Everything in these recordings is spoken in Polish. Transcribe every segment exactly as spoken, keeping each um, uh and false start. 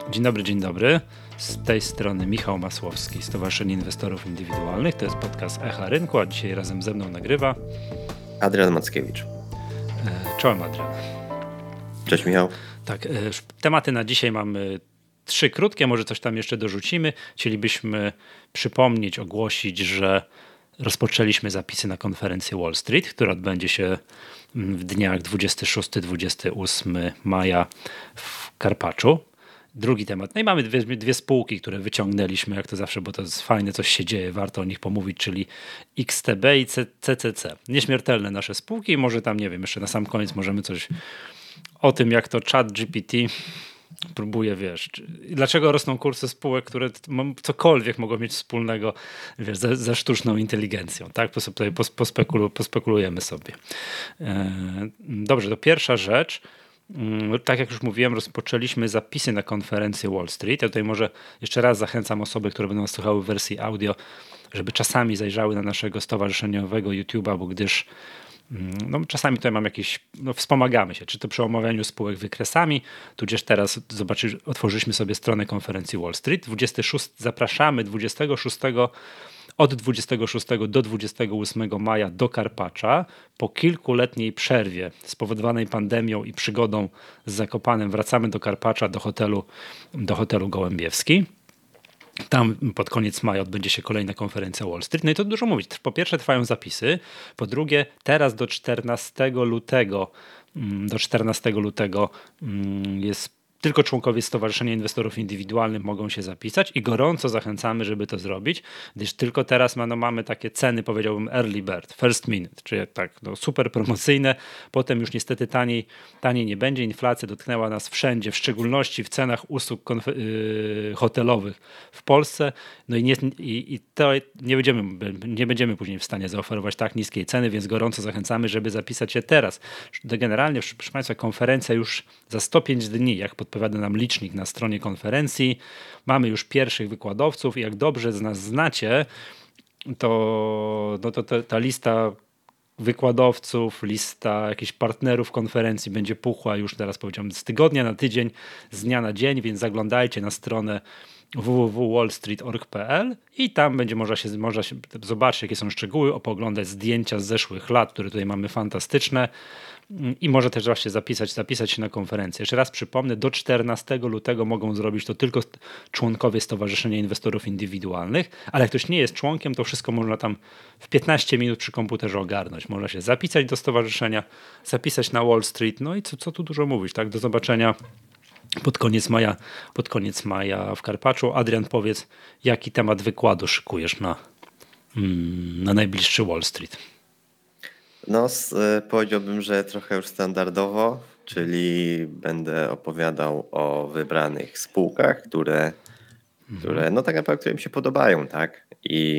Dzień dobry, dzień dobry. Z tej strony Michał Masłowski, Stowarzyszenie Inwestorów Indywidualnych. To jest podcast Echa Rynku, a dzisiaj razem ze mną nagrywa Adrian Mackiewicz. Czołem, Adrian. Cześć, Michał. Tak, tematy na dzisiaj mamy trzy krótkie, może coś tam jeszcze dorzucimy. Chcielibyśmy przypomnieć, ogłosić, że rozpoczęliśmy zapisy na konferencję Wall Street, która odbędzie się w dniach dwudziestego szóstego do dwudziestego ósmego maja w Karpaczu. Drugi temat. No i mamy dwie, dwie spółki, które wyciągnęliśmy, jak to zawsze, bo to jest fajne, coś się dzieje, warto o nich pomówić, czyli X T B i C C C. Nieśmiertelne nasze spółki i może tam, nie wiem, jeszcze na sam koniec możemy coś o tym, jak to ChatGPT próbuje, wiesz, dlaczego rosną kursy spółek, które cokolwiek mogą mieć wspólnego, wiesz, ze, ze sztuczną inteligencją, tak? Tutaj pospekulu, pospekulujemy sobie. Dobrze, to pierwsza rzecz. Tak jak już mówiłem, rozpoczęliśmy zapisy na konferencję Wall Street. Ja tutaj może jeszcze raz zachęcam osoby, które będą nas słuchały w wersji audio, żeby czasami zajrzały na naszego stowarzyszeniowego YouTube'a, bo gdyż no, czasami tutaj mam jakieś, no, wspomagamy się, czy to przy omawianiu spółek wykresami, tudzież teraz zobaczyć, otworzyliśmy sobie stronę konferencji Wall Street. dwudziestego szóstego zapraszamy dwudziestego szóstego od dwudziestego szóstego do dwudziestego ósmego maja do Karpacza. Po kilkuletniej przerwie spowodowanej pandemią i przygodą z Zakopanem wracamy do Karpacza, do hotelu, do hotelu Gołębiewski. Tam pod koniec maja odbędzie się kolejna konferencja Wall Street. No i to dużo mówić. Po pierwsze trwają zapisy. Po drugie teraz do czternastego lutego do czternastego lutego jest tylko członkowie Stowarzyszenia Inwestorów Indywidualnych mogą się zapisać i gorąco zachęcamy, żeby to zrobić, gdyż tylko teraz no, mamy takie ceny, powiedziałbym early bird, first minute, czyli tak no, super promocyjne, potem już niestety taniej, taniej nie będzie. Inflacja dotknęła nas wszędzie, w szczególności w cenach usług konf- yy, hotelowych w Polsce, no i, nie, i, i to nie będziemy, nie będziemy później w stanie zaoferować tak niskiej ceny, więc gorąco zachęcamy, żeby zapisać się teraz. Generalnie, proszę Państwa, konferencja już za sto pięć dni, jak podpowiada nam licznik na stronie konferencji. Mamy już pierwszych wykładowców i jak dobrze z nas znacie, to, no to ta, ta lista wykładowców, lista jakichś partnerów konferencji będzie puchła już teraz, powiedziałem, z tygodnia na tydzień, z dnia na dzień, więc zaglądajcie na stronę w w w kropka wall street kropka org kropka p l i tam będzie można się, można się zobaczyć, jakie są szczegóły, opoglądać zdjęcia z zeszłych lat, które tutaj mamy fantastyczne. I może też właśnie zapisać, zapisać się na konferencję. Jeszcze raz przypomnę, do czternastego lutego mogą zrobić to tylko członkowie Stowarzyszenia Inwestorów Indywidualnych, ale jak ktoś nie jest członkiem, to wszystko można tam w piętnaście minut przy komputerze ogarnąć. Można się zapisać do stowarzyszenia, zapisać na Wall Street, no i co, co tu dużo mówić, tak? Do zobaczenia pod koniec maja, pod koniec maja w Karpaczu. Adrian, powiedz, jaki temat wykładu szykujesz na, na najbliższy Wall Street? No, powiedziałbym, że trochę już standardowo, czyli będę opowiadał o wybranych spółkach, które, mhm. które no tak naprawdę które mi się podobają, tak? I,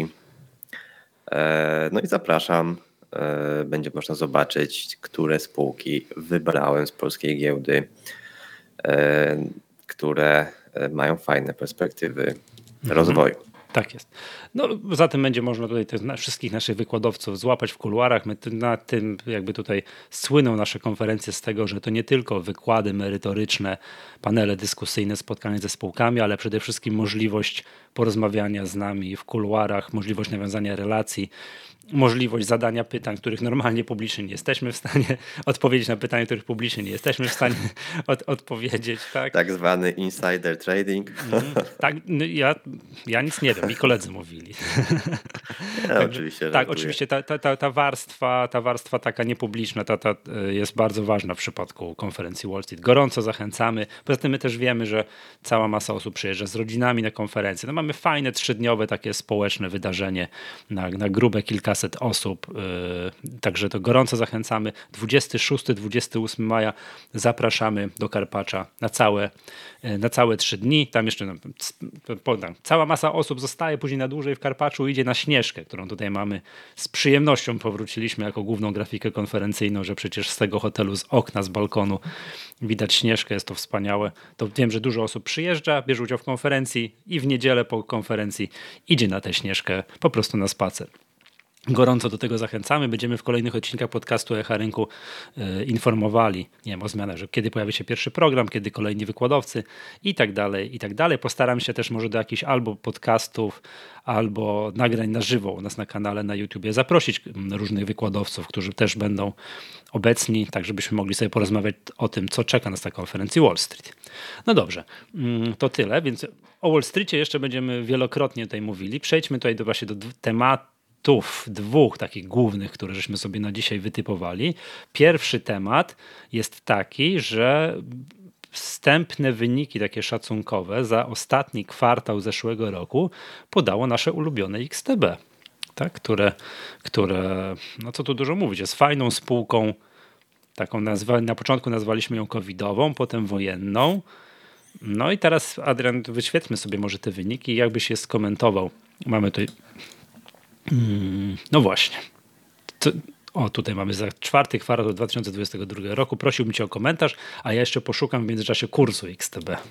e, no i zapraszam. E, będzie można zobaczyć, które spółki wybrałem z polskiej giełdy, e, które mają fajne perspektywy mhm. rozwoju. Tak jest. No, zatem będzie można tutaj te, na, wszystkich naszych wykładowców złapać w kuluarach. My na tym jakby tutaj słyną nasze konferencje z tego, że to nie tylko wykłady merytoryczne, panele dyskusyjne, spotkania ze spółkami, ale przede wszystkim możliwość porozmawiania z nami w kuluarach, możliwość nawiązania relacji, możliwość zadania pytań, których normalnie publicznie nie jesteśmy w stanie odpowiedzieć na pytania, których publicznie nie jesteśmy w stanie od, odpowiedzieć. Tak? Tak zwany insider trading. Mm, tak, no ja, ja nic nie wiem, mi koledzy mówili. Ja tak, oczywiście tak, oczywiście ta, ta, ta, warstwa, ta warstwa taka niepubliczna ta, ta jest bardzo ważna w przypadku konferencji Wall Street. Gorąco zachęcamy. Poza tym my też wiemy, że cała masa osób przyjeżdża z rodzinami na konferencję. No mamy fajne trzydniowe takie społeczne wydarzenie na, na grube kilkaset osób. Także to gorąco zachęcamy. dwudziestego szóstego do dwudziestego ósmego maja zapraszamy do Karpacza na całe, na całe trzy dni. Tam jeszcze no, cała masa osób zostaje później na dłużej w Karpaczu, idzie na Śnieżkę, którą tutaj mamy. Z przyjemnością powróciliśmy jako główną grafikę konferencyjną, że przecież z tego hotelu, z okna, z balkonu widać Śnieżkę, jest to wspaniałe. To wiem, że dużo osób przyjeżdża, bierze udział w konferencji i w niedzielę po konferencji idzie na tę Śnieżkę po prostu na spacer. Gorąco do tego zachęcamy. Będziemy w kolejnych odcinkach podcastu Echa Rynku e, informowali, nie wiem, o zmianach, że kiedy pojawi się pierwszy program, kiedy kolejni wykładowcy i tak dalej, i tak dalej. Postaram się też może do jakichś albo podcastów, albo nagrań na żywo u nas na kanale na YouTubie zaprosić różnych wykładowców, którzy też będą obecni, tak żebyśmy mogli sobie porozmawiać o tym, co czeka nas na konferencji Wall Street. No dobrze, to tyle, więc o Wall Streetie jeszcze będziemy wielokrotnie tutaj mówili. Przejdźmy tutaj do właśnie do tematu, dwóch takich głównych, które żeśmy sobie na dzisiaj wytypowali. Pierwszy temat jest taki, że wstępne wyniki takie szacunkowe za ostatni kwartał zeszłego roku podało nasze ulubione X T B, tak? które, które, no co tu dużo mówić, jest fajną spółką, taką nazwa, na początku nazwaliśmy ją covidową, potem wojenną. No i teraz, Adrian, wyświetlmy sobie może te wyniki, jakbyś je skomentował. Mamy tutaj no właśnie. To, o, tutaj mamy za czwarty kwartał dwa tysiące dwudziestego drugiego roku. Prosiłbym cię o komentarz, a ja jeszcze poszukam w międzyczasie kursu X T B.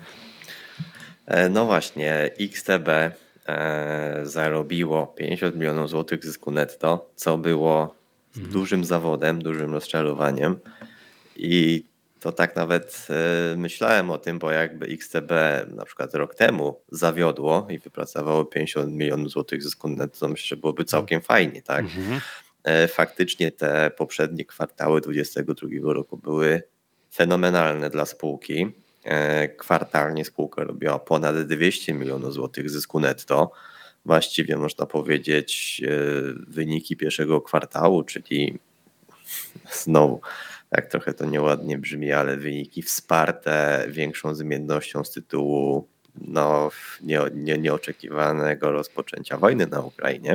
No właśnie, X T B e, zarobiło pięćdziesiąt milionów złotych zysku netto, co było mhm. dużym zawodem, dużym rozczarowaniem. I to tak nawet e, myślałem o tym, bo jakby X T B na przykład rok temu zawiodło i wypracowało pięćdziesiąt milionów złotych zysku netto, to myślę, że byłoby całkiem fajnie, tak? Mhm. E, faktycznie te poprzednie kwartały dwudziestego drugiego roku były fenomenalne dla spółki. E, kwartalnie spółka robiła ponad dwieście milionów złotych zysku netto. Właściwie można powiedzieć e, wyniki pierwszego kwartału, czyli znowu tak trochę to nieładnie brzmi, ale wyniki wsparte większą zmiennością z tytułu no, nie, nie, nieoczekiwanego rozpoczęcia wojny na Ukrainie.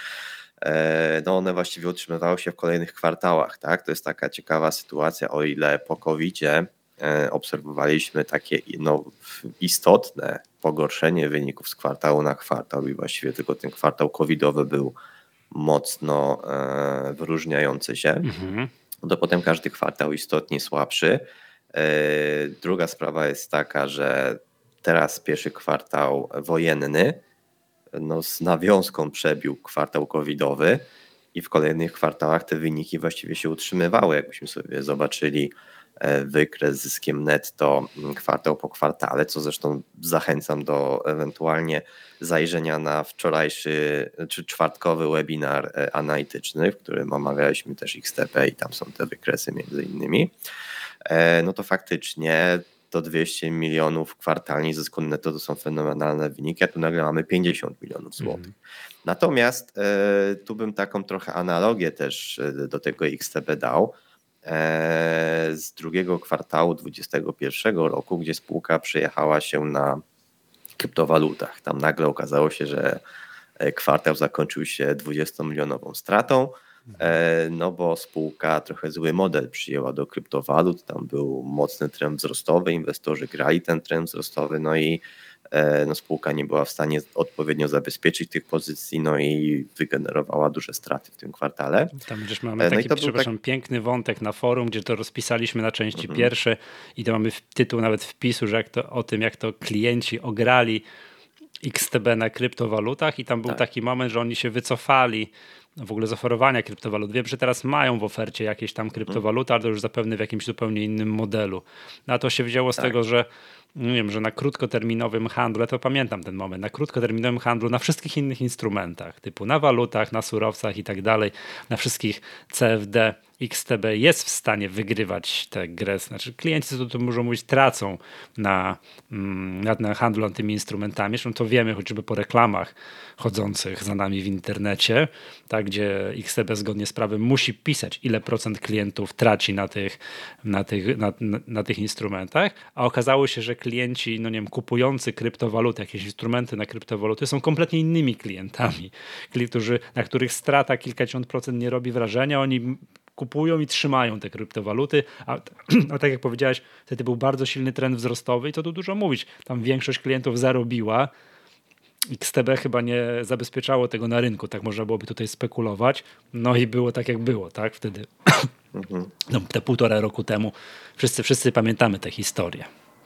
No one właściwie utrzymywały się w kolejnych kwartałach. Tak? To jest taka ciekawa sytuacja, o ile po kowidzie obserwowaliśmy takie no, istotne pogorszenie wyników z kwartału na kwartał i właściwie tylko ten kwartał covidowy był mocno wyróżniający się. Mhm. To potem każdy kwartał istotnie słabszy. Druga sprawa jest taka, że teraz pierwszy kwartał wojenny no z nawiązką przebił kwartał covidowy i w kolejnych kwartałach te wyniki właściwie się utrzymywały. Jakbyśmy sobie zobaczyli wykres z zyskiem netto kwartał po kwartale, co zresztą zachęcam do ewentualnie zajrzenia na wczorajszy czy czwartkowy webinar analityczny, w którym omawialiśmy też X T P i tam są te wykresy między innymi. No to faktycznie to dwieście milionów kwartalnie zysku netto to są fenomenalne wyniki, a tu nagle mamy pięćdziesiąt milionów złotych. Mm. Natomiast e, tu bym taką trochę analogię też do tego X T B dał e, z drugiego kwartału dwudziestego pierwszego roku, gdzie spółka przejechała się na kryptowalutach. Tam nagle okazało się, że kwartał zakończył się dwudziestomilionową stratą, no bo spółka trochę zły model przyjęła do kryptowalut, tam był mocny trend wzrostowy, inwestorzy grali ten trend wzrostowy, no i no spółka nie była w stanie odpowiednio zabezpieczyć tych pozycji, no i wygenerowała duże straty w tym kwartale. Tam gdzieś mamy taki, no przepraszam, tak... piękny wątek na forum, gdzie to rozpisaliśmy na części mhm. pierwsze i to mamy tytuł nawet wpisu, że jak to, o tym, jak to klienci ograli X T B na kryptowalutach i tam był tak. taki moment, że oni się wycofali w ogóle z oferowania kryptowalut. Wiem, że teraz mają w ofercie jakieś tam kryptowaluty, ale to już zapewne w jakimś zupełnie innym modelu. No a to się wzięło z tak. tego, że nie wiem, że na krótkoterminowym handlu, ja to pamiętam ten moment, na krótkoterminowym handlu, na wszystkich innych instrumentach, typu na walutach, na surowcach i tak dalej, na wszystkich C F D, X T B jest w stanie wygrywać tę grę. Znaczy klienci, to, to można mówić, tracą na, na, na handlu tymi instrumentami. Zresztą to wiemy chociażby po reklamach chodzących za nami w internecie, tak, gdzie X T B zgodnie z prawem musi pisać, ile procent klientów traci na tych, na tych, na, na, na tych instrumentach, a okazało się, że klienci, no nie wiem, kupujący kryptowaluty, jakieś instrumenty na kryptowaluty są kompletnie innymi klientami, którzy, na których strata kilkadziesiąt procent nie robi wrażenia, oni kupują i trzymają te kryptowaluty, a, a tak jak powiedziałeś, wtedy był bardzo silny trend wzrostowy i to tu dużo mówić. Tam większość klientów zarobiła. X T B chyba nie zabezpieczało tego na rynku, tak można byłoby tutaj spekulować. No i było tak, jak było, tak? Wtedy, mhm. no, te półtora roku temu. Wszyscy, wszyscy pamiętamy tę historię.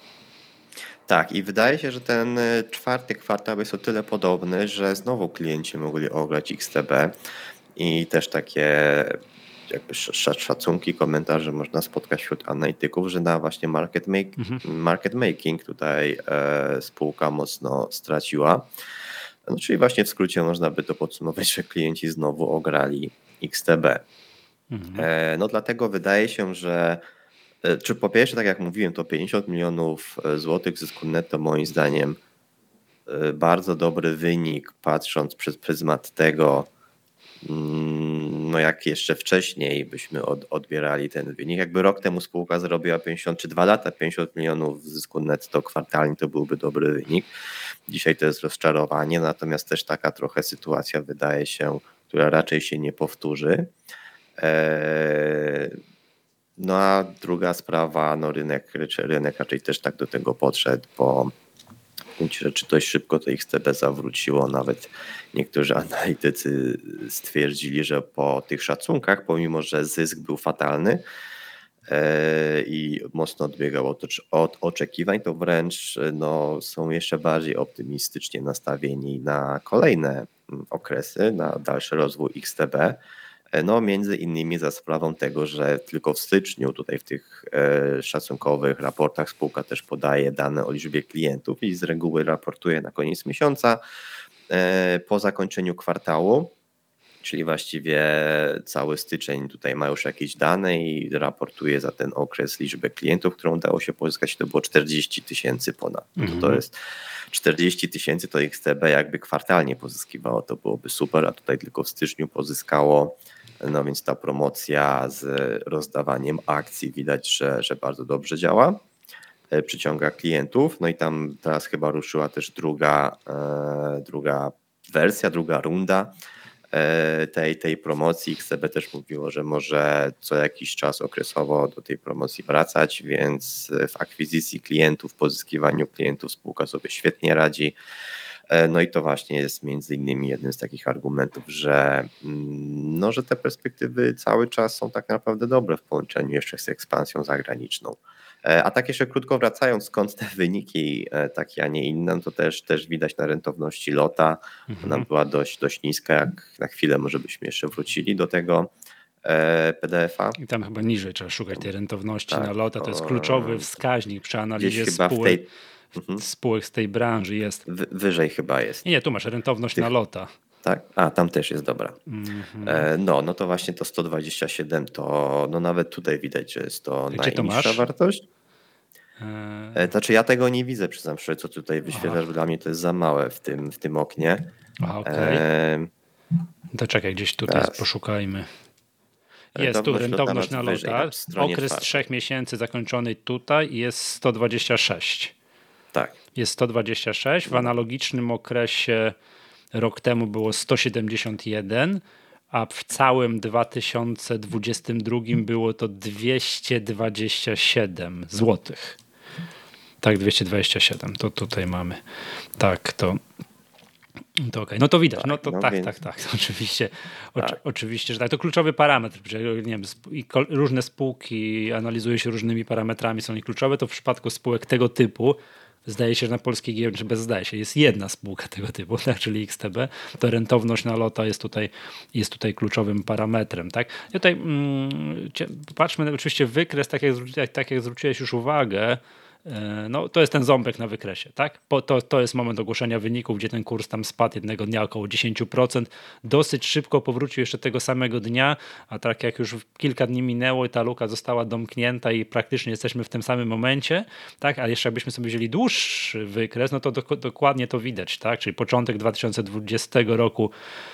Tak, i wydaje się, że ten czwarty kwartał jest o tyle podobny, że znowu klienci mogli ograć X T B. i też takie jakby szacunki, komentarze można spotkać wśród analityków, że na właśnie market, make, mhm. market making tutaj e, spółka mocno straciła. No, czyli właśnie w skrócie można by to podsumować, że klienci znowu ograli X T B. Mhm. E, no dlatego wydaje się, że e, czy po pierwsze, tak jak mówiłem, to pięćdziesiąt milionów złotych zysku netto moim zdaniem e, bardzo dobry wynik, patrząc przez pryzmat tego, no jak jeszcze wcześniej byśmy od, odbierali ten wynik. Jakby rok temu spółka zrobiła pięćdziesiąt czy dwa lata pięćdziesiąt milionów zysku netto kwartalnie, to byłby dobry wynik. Dzisiaj to jest rozczarowanie, natomiast też taka trochę sytuacja wydaje się, która raczej się nie powtórzy. No a druga sprawa, no rynek, rynek raczej też tak do tego podszedł, bo w gruncie rzeczy dość szybko to X T B zawróciło. Nawet niektórzy analitycy stwierdzili, że po tych szacunkach, pomimo że zysk był fatalny i mocno odbiegał od, od oczekiwań, to wręcz no, są jeszcze bardziej optymistycznie nastawieni na kolejne okresy, na dalszy rozwój X T B. No między innymi za sprawą tego, że tylko w styczniu tutaj w tych szacunkowych raportach spółka też podaje dane o liczbie klientów i z reguły raportuje na koniec miesiąca po zakończeniu kwartału, czyli właściwie cały styczeń tutaj ma już jakieś dane i raportuje za ten okres liczbę klientów, którą udało się pozyskać, to było czterdzieści tysięcy ponad. Mhm. To, to jest czterdzieści tysięcy, to X T B jakby kwartalnie pozyskiwało, to byłoby super, a tutaj tylko w styczniu pozyskało. No więc ta promocja z rozdawaniem akcji widać, że, że bardzo dobrze działa, przyciąga klientów. No i tam teraz chyba ruszyła też druga, e, druga wersja, druga runda e, tej, tej promocji. X T B też mówiło, że może co jakiś czas okresowo do tej promocji wracać, więc w akwizycji klientów, pozyskiwaniu klientów spółka sobie świetnie radzi. No i to właśnie jest między innymi jeden z takich argumentów, że, no, że te perspektywy cały czas są tak naprawdę dobre w połączeniu jeszcze z ekspansją zagraniczną. A tak jeszcze krótko wracając, skąd te wyniki takie, a nie inne, to też, też widać na rentowności LOTA. Ona mhm. była dość, dość niska, jak na chwilę może byśmy jeszcze wrócili do tego P D F a. I tam chyba niżej trzeba szukać tej rentowności tak, na LOTA, to jest kluczowy wskaźnik przy analizie spółek. Tej... Mhm. spółek z tej branży jest. Wy, wyżej chyba jest. Nie, nie, tu masz rentowność Tych... na LOTA. Tak? A, tam też jest dobra. Mm-hmm. E, no, no to właśnie to sto dwadzieścia siedem, to no nawet tutaj widać, że jest to Gdzie najniższa to wartość. E... Znaczy ja tego nie widzę, przyznam szczerze, co tutaj wyświetlasz, bo dla mnie to jest za małe w tym, w tym oknie. Aha, okay. e... To czekaj, gdzieś tutaj Teraz. poszukajmy. Jest tu rentowność na LOTA. Okres czwartej. trzech miesięcy zakończony tutaj i jest sto dwadzieścia sześć. Tak. Jest sto dwadzieścia sześć, w analogicznym okresie rok temu było sto siedemdziesiąt jeden, a w całym dwa tysiące dwudziestym drugim było to dwieście dwadzieścia siedem złotych. Tak, dwieście dwadzieścia siedem, to tutaj mamy. Tak, to... To okay. No to widać, tak, no to no tak, więc... tak, tak, to oczywiście, tak. Oczy, oczywiście, że tak, to kluczowy parametr, nie wiem, i różne spółki analizuje się różnymi parametrami, są niekluczowe, to w przypadku spółek tego typu, zdaje się, że na polskiej giełdzie, czy bez zdaje się, jest jedna spółka tego typu, tak, czyli X T B, to rentowność na LOTA jest tutaj, jest tutaj kluczowym parametrem, tak. I tutaj mm, popatrzmy, oczywiście wykres, tak jak, tak jak zwróciłeś już uwagę, no to jest ten ząbek na wykresie, tak? Po, to, to jest moment ogłoszenia wyników, gdzie ten kurs tam spadł jednego dnia około dziesięć procent. Dosyć szybko powrócił jeszcze tego samego dnia, a tak jak już kilka dni minęło i ta luka została domknięta i praktycznie jesteśmy w tym samym momencie, tak? A jeszcze jakbyśmy sobie wzięli dłuższy wykres, no to do, dokładnie to widać, tak? Czyli początek dwa tysiące dwudziestego roku,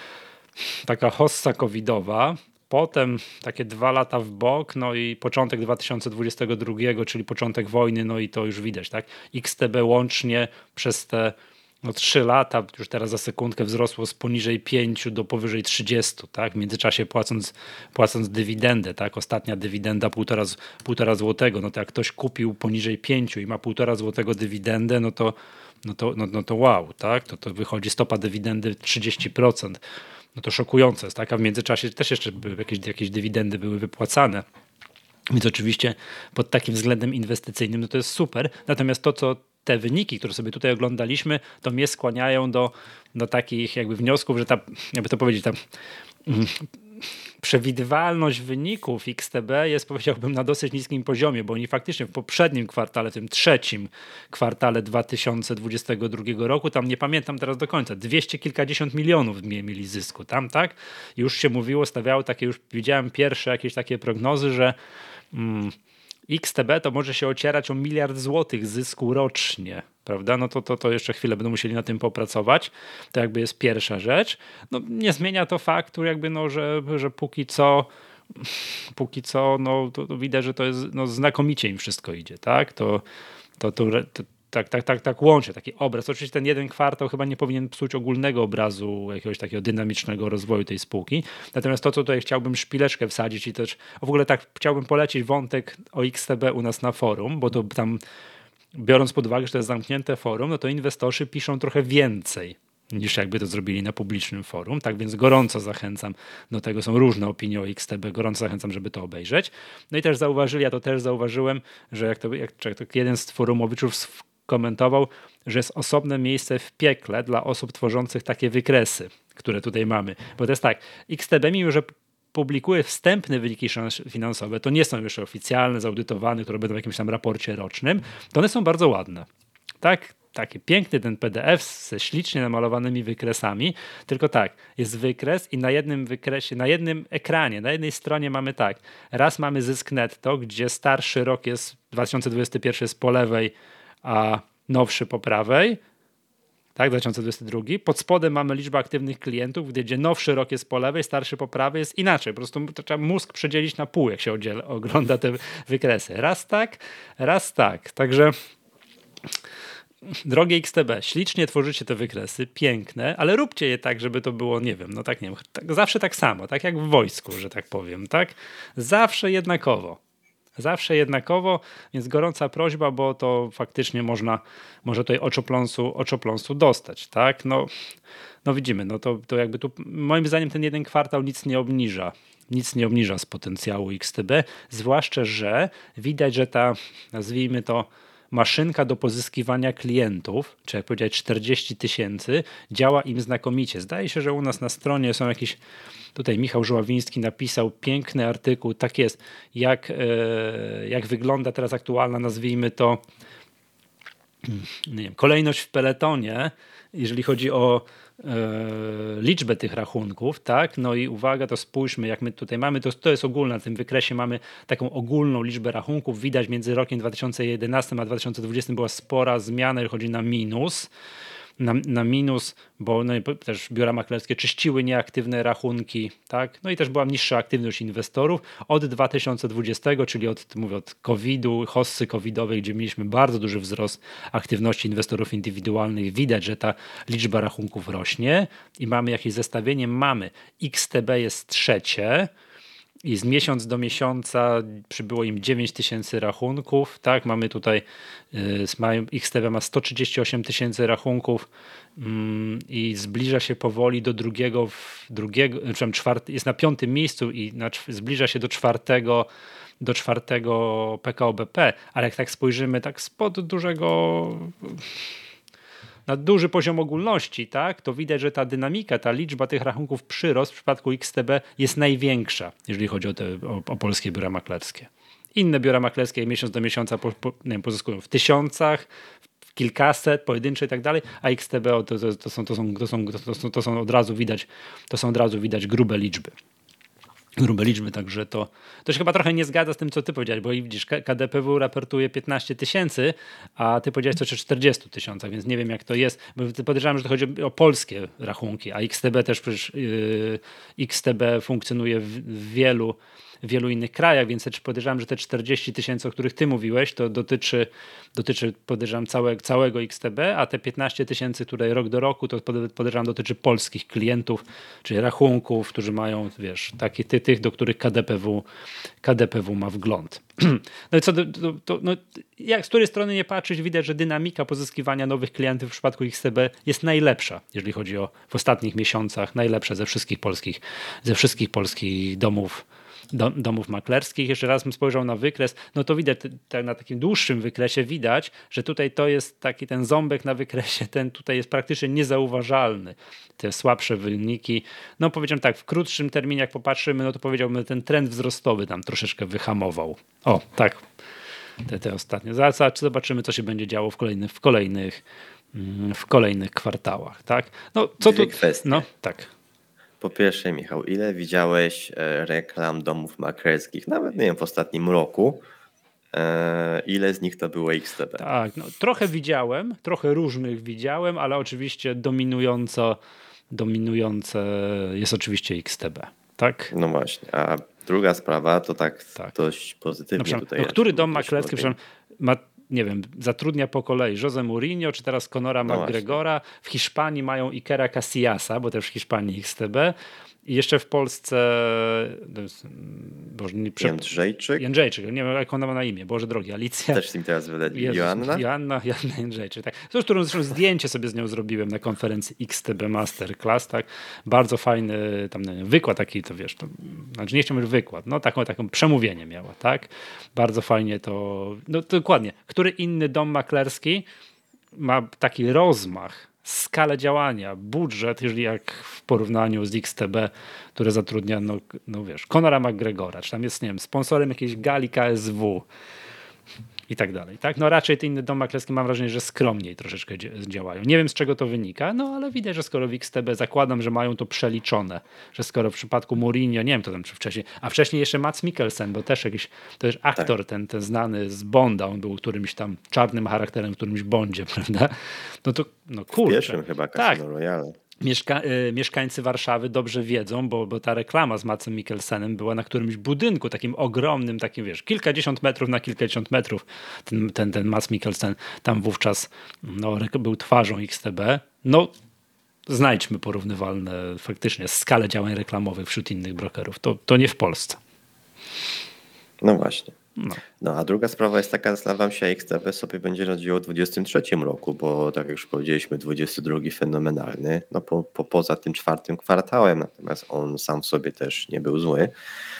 taka hossa covidowa, potem takie dwa lata w bok, no i początek dwa tysiące dwudziestego drugiego, czyli początek wojny, no i to już widać, tak? X T B łącznie przez te no, trzy lata, już teraz za sekundkę wzrosło z poniżej pięciu do powyżej trzydziestu, tak? W międzyczasie płacąc, płacąc dywidendę, tak? Ostatnia dywidenda półtora, półtora złotego, no to jak ktoś kupił poniżej pięciu i ma półtora złotego dywidendę, no to, no to, no, no to wow, tak? To, to wychodzi stopa dywidendy trzydzieści procent. No to szokujące jest, tak? A w międzyczasie też jeszcze były jakieś, jakieś dywidendy były wypłacane. Więc oczywiście pod takim względem inwestycyjnym no to jest super. Natomiast to, co te wyniki, które sobie tutaj oglądaliśmy, to mnie skłaniają do, do takich jakby wniosków, że ta, jakby to powiedzieć, ta przewidywalność wyników X T B jest, powiedziałbym, na dosyć niskim poziomie, bo oni faktycznie w poprzednim kwartale, w tym trzecim kwartale dwa tysiące dwudziestego drugiego roku, tam nie pamiętam teraz do końca, dwieście kilkadziesiąt milionów mieli zysku. Tam tak już się mówiło, stawiało takie, już widziałem pierwsze jakieś takie prognozy, że mm, X T B to może się ocierać o miliard złotych zysku rocznie, prawda? No to, to, to jeszcze chwilę będą musieli na tym popracować. To jakby jest pierwsza rzecz. No, nie zmienia to faktu, jakby no, że, że póki co póki co no, to, to widać, że to jest no, znakomicie im wszystko idzie, tak? To, to, to, to tak, tak, tak, tak łączy taki obraz. Oczywiście ten jeden kwartał chyba nie powinien psuć ogólnego obrazu jakiegoś takiego dynamicznego rozwoju tej spółki. Natomiast to, co tutaj chciałbym szpileczkę wsadzić i też w ogóle tak chciałbym polecić wątek o X T B u nas na forum, bo to tam biorąc pod uwagę, że to jest zamknięte forum, no to inwestorzy piszą trochę więcej niż jakby to zrobili na publicznym forum. Tak więc gorąco zachęcam do tego. Są różne opinie o X T B. Gorąco zachęcam, żeby to obejrzeć. No i też zauważyli, ja to też zauważyłem, że jak to, jak, jak to jeden z forumowiczów komentował, że jest osobne miejsce w piekle dla osób tworzących takie wykresy, które tutaj mamy. Bo to jest tak, X T B, mimo że publikuje wstępne wyniki finansowe, to nie są jeszcze oficjalne, zaudytowane, które będą w jakimś tam raporcie rocznym, to one są bardzo ładne. Tak, taki piękny ten P D F ze ślicznie namalowanymi wykresami, tylko tak, jest wykres i na jednym wykresie, na jednym ekranie, na jednej stronie mamy tak, raz mamy zysk netto, gdzie starszy rok jest, dwa tysiące dwudziesty pierwszy jest po lewej, a nowszy po prawej, tak, dwa tysiące dwudziesty drugi. Pod spodem mamy liczbę aktywnych klientów, gdzie nowszy rok jest po lewej, starszy po prawej, jest inaczej. Po prostu trzeba mózg przedzielić na pół, jak się oddziela, ogląda te wykresy. Raz tak, raz tak. Także drogie X T B, ślicznie tworzycie te wykresy, piękne, ale róbcie je tak, żeby to było, nie wiem, no tak nie wiem, tak, zawsze tak samo, tak jak w wojsku, że tak powiem, tak? Zawsze jednakowo. Zawsze jednakowo, więc gorąca prośba, bo to faktycznie można, może tutaj oczopląsu, oczopląsu dostać, tak? No, no widzimy, no to, to jakby tu moim zdaniem ten jeden kwartał nic nie obniża. Nic nie obniża z potencjału X T B, zwłaszcza, że widać, że ta, nazwijmy to, maszynka do pozyskiwania klientów, czy jak powiedzieć czterdzieści tysięcy, działa im znakomicie. Zdaje się, że u nas na stronie są jakieś, tutaj Michał Żuławiński napisał piękny artykuł, tak jest, jak, jak wygląda teraz aktualna, nazwijmy to, nie wiem, kolejność w peletonie, jeżeli chodzi o e, liczbę tych rachunków, tak? No i uwaga, to spójrzmy, jak my tutaj mamy, to, to jest ogólne, na tym wykresie mamy taką ogólną liczbę rachunków. Widać między rokiem dwa tysiące jedenastym a dwa tysiące dwudziestym była spora zmiana, jeżeli chodzi na minus. Na, na minus, bo no też biura maklerskie czyściły nieaktywne rachunki, tak? No i też była niższa aktywność inwestorów od dwa tysiące dwudziestego, czyli od, mówię, od kowida, hossy covidowej, gdzie mieliśmy bardzo duży wzrost aktywności inwestorów indywidualnych. Widać, że ta liczba rachunków rośnie i mamy jakieś zestawienie. Mamy X T B jest trzecie, i z miesiąc do miesiąca przybyło im dziewięć tysięcy rachunków, tak, mamy tutaj, yy, X T B ma sto trzydzieści osiem tysięcy rachunków yy, i zbliża się powoli do drugiego, drugiego znaczy czwarty, jest na piątym miejscu i na, zbliża się do czwartego, do czwartego P K O B P, ale jak tak spojrzymy tak spod dużego... na duży poziom ogólności, tak, to widać, że ta dynamika, ta liczba tych rachunków przyrost w przypadku X T B jest największa, jeżeli chodzi o, te, o, o polskie biura maklerskie. Inne biura maklerskie miesiąc do miesiąca po, po, nie wiem, pozyskują w tysiącach, w kilkaset, pojedyncze i tak dalej, a X T B to, to, to, są, to, są, to, są, to, są, to są od razu widać, to są od razu widać grube liczby. Grube liczby, także to, to się chyba trochę nie zgadza z tym, co ty powiedziałeś, bo widzisz, K D P W raportuje piętnaście tysięcy, a ty powiedziałeś coś o czterdziestu tysiącach, więc nie wiem, jak to jest, bo podejrzewam, że to chodzi o polskie rachunki, a X T B też przecież yy, X T B funkcjonuje w, w wielu w wielu innych krajach, więc też podejrzewam, że te czterdzieści tysięcy, o których ty mówiłeś, to dotyczy, dotyczy podejrzewam całe, całego X T B, a te piętnaście tysięcy, które rok do roku, to podejrzewam dotyczy polskich klientów, czyli rachunków, którzy mają, wiesz, takich ty, tych, do których K D P W, K D P W ma wgląd. No i co do, do, do, no, jak z której strony nie patrzeć, widać, że dynamika pozyskiwania nowych klientów w przypadku X T B jest najlepsza, jeżeli chodzi o w ostatnich miesiącach, najlepsza ze wszystkich polskich, ze wszystkich polskich domów dom, domów maklerskich. Jeszcze raz bym spojrzał na wykres, no to widać, t- na takim dłuższym wykresie widać, że tutaj to jest taki ten ząbek na wykresie, ten tutaj jest praktycznie niezauważalny. Te słabsze wyniki. No powiedziałem tak, w krótszym terminie jak popatrzymy, no to powiedziałbym, ten trend wzrostowy tam troszeczkę wyhamował. O, tak. Te, te ostatnie. Zaraz zobaczymy, co się będzie działo w kolejnych, w kolejnych, w kolejnych kwartałach. Tak? No, co Dwie tu? kwestie. No, tak. Po pierwsze, Michał, ile widziałeś e, reklam domów maklerskich, nawet nie wiem, w ostatnim roku? E, ile z nich to było X T B? Tak, no, trochę widziałem, trochę różnych widziałem, ale oczywiście dominująco, dominujące jest oczywiście X T B. Tak? No właśnie, a druga sprawa to tak, Tak. dość pozytywnie No, tutaj. no, który dom mówisz maklerski o tym. ma, nie wiem, zatrudnia po kolei Jose Mourinho, czy teraz Conora No McGregora. W Hiszpanii mają Ikera Casillasa, bo też w Hiszpanii X T B. I jeszcze w Polsce to jest, Boże, nie, prze... Jędrzejczyk? Jędrzejczyk, nie wiem jak ona ma na imię, Boże drogi, Alicja. Też z nim teraz wyledli. Jezus, Joanna? Joanna, Joanna Jędrzejczyk, tak. Z którą zresztą zdjęcie sobie z nią zrobiłem na konferencji X T B Masterclass, tak. Bardzo fajny tam nie wiem, wykład taki, to wiesz, to, znaczy nie chciałbym wykład, no taką, taką przemówienie miała, tak. Bardzo fajnie to, no to dokładnie. Który inny dom maklerski ma taki rozmach, skalę działania, budżet, jeżeli jak w porównaniu z X T B, które zatrudnia, no, no wiesz, Conora McGregora, czy tam jest, nie wiem, sponsorem jakiejś gali K S W i tak dalej, tak? No raczej te inne domy maklerskie mam wrażenie, że skromniej troszeczkę działają. Nie wiem z czego to wynika, no ale widać, że skoro w X T B zakładam, że mają to przeliczone, że skoro w przypadku Mourinho, nie wiem to tam czy wcześniej, a wcześniej jeszcze Mads Mikkelsen, bo też jakiś, to jest aktor tak. ten, ten znany z Bonda, on był którymś tam czarnym charakterem, w którymś Bondzie, prawda? No to, no kurczę. W pierwszym chyba Casino tak. Royale. Mieszka- y, mieszkańcy Warszawy dobrze wiedzą, bo, bo ta reklama z Madsem Mikkelsenem była na którymś budynku, takim ogromnym, takim wiesz, kilkadziesiąt metrów na kilkadziesiąt metrów. Ten, ten, ten Mads Mikkelsen tam wówczas no, był twarzą X T B. No, znajdźmy porównywalne faktycznie skalę działań reklamowych wśród innych brokerów. To, to nie w Polsce. No właśnie. No. no a druga sprawa jest taka, zastanawiam się, X T B sobie będzie radziło w dwudziestym trzecim roku, bo tak jak już powiedzieliśmy, dwudziesty drugi fenomenalny, no po, po, poza tym czwartym kwartałem, natomiast on sam w sobie też nie był zły.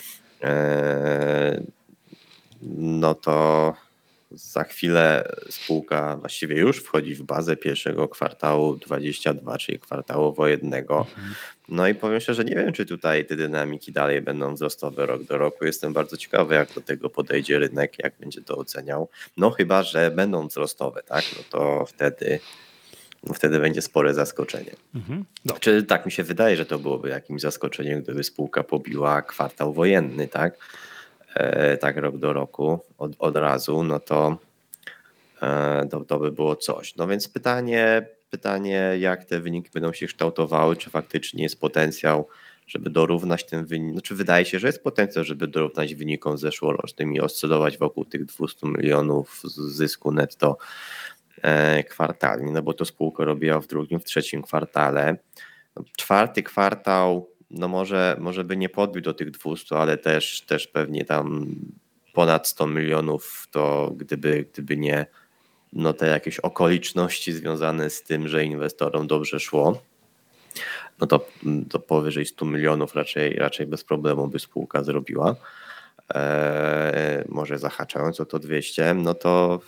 Eee, no to za chwilę spółka właściwie już wchodzi w bazę pierwszego kwartału dwudziestego drugiego, czyli kwartału wojennego. Mhm. No i powiem szczerze, że nie wiem, czy tutaj te dynamiki dalej będą wzrostowe rok do roku. Jestem bardzo ciekawy, jak do tego podejdzie rynek, jak będzie to oceniał. No chyba, że będą wzrostowe, tak? No to wtedy, no wtedy będzie spore zaskoczenie. Mhm. Czy tak mi się wydaje, że to byłoby jakimś zaskoczeniem, gdyby spółka pobiła kwartał wojenny, tak? E, tak rok do roku od, od razu, no to, e, to to by było coś. No więc pytanie Pytanie, jak te wyniki będą się kształtowały, czy faktycznie jest potencjał, żeby dorównać ten wynik. Znaczy wydaje się, że jest potencjał, żeby dorównać wynikom zeszłorocznym i oscylować wokół tych dwieście milionów zysku netto e, kwartalnie, no bo to spółka robiła w drugim, w trzecim kwartale. No, czwarty kwartał, no może, może by nie podbił do tych dwieście, ale też, też pewnie tam ponad sto milionów, to gdyby, gdyby nie no te jakieś okoliczności związane z tym, że inwestorom dobrze szło, no to, to powyżej stu milionów raczej, raczej bez problemu by spółka zrobiła. Eee, może zahaczając o to dwieście, no to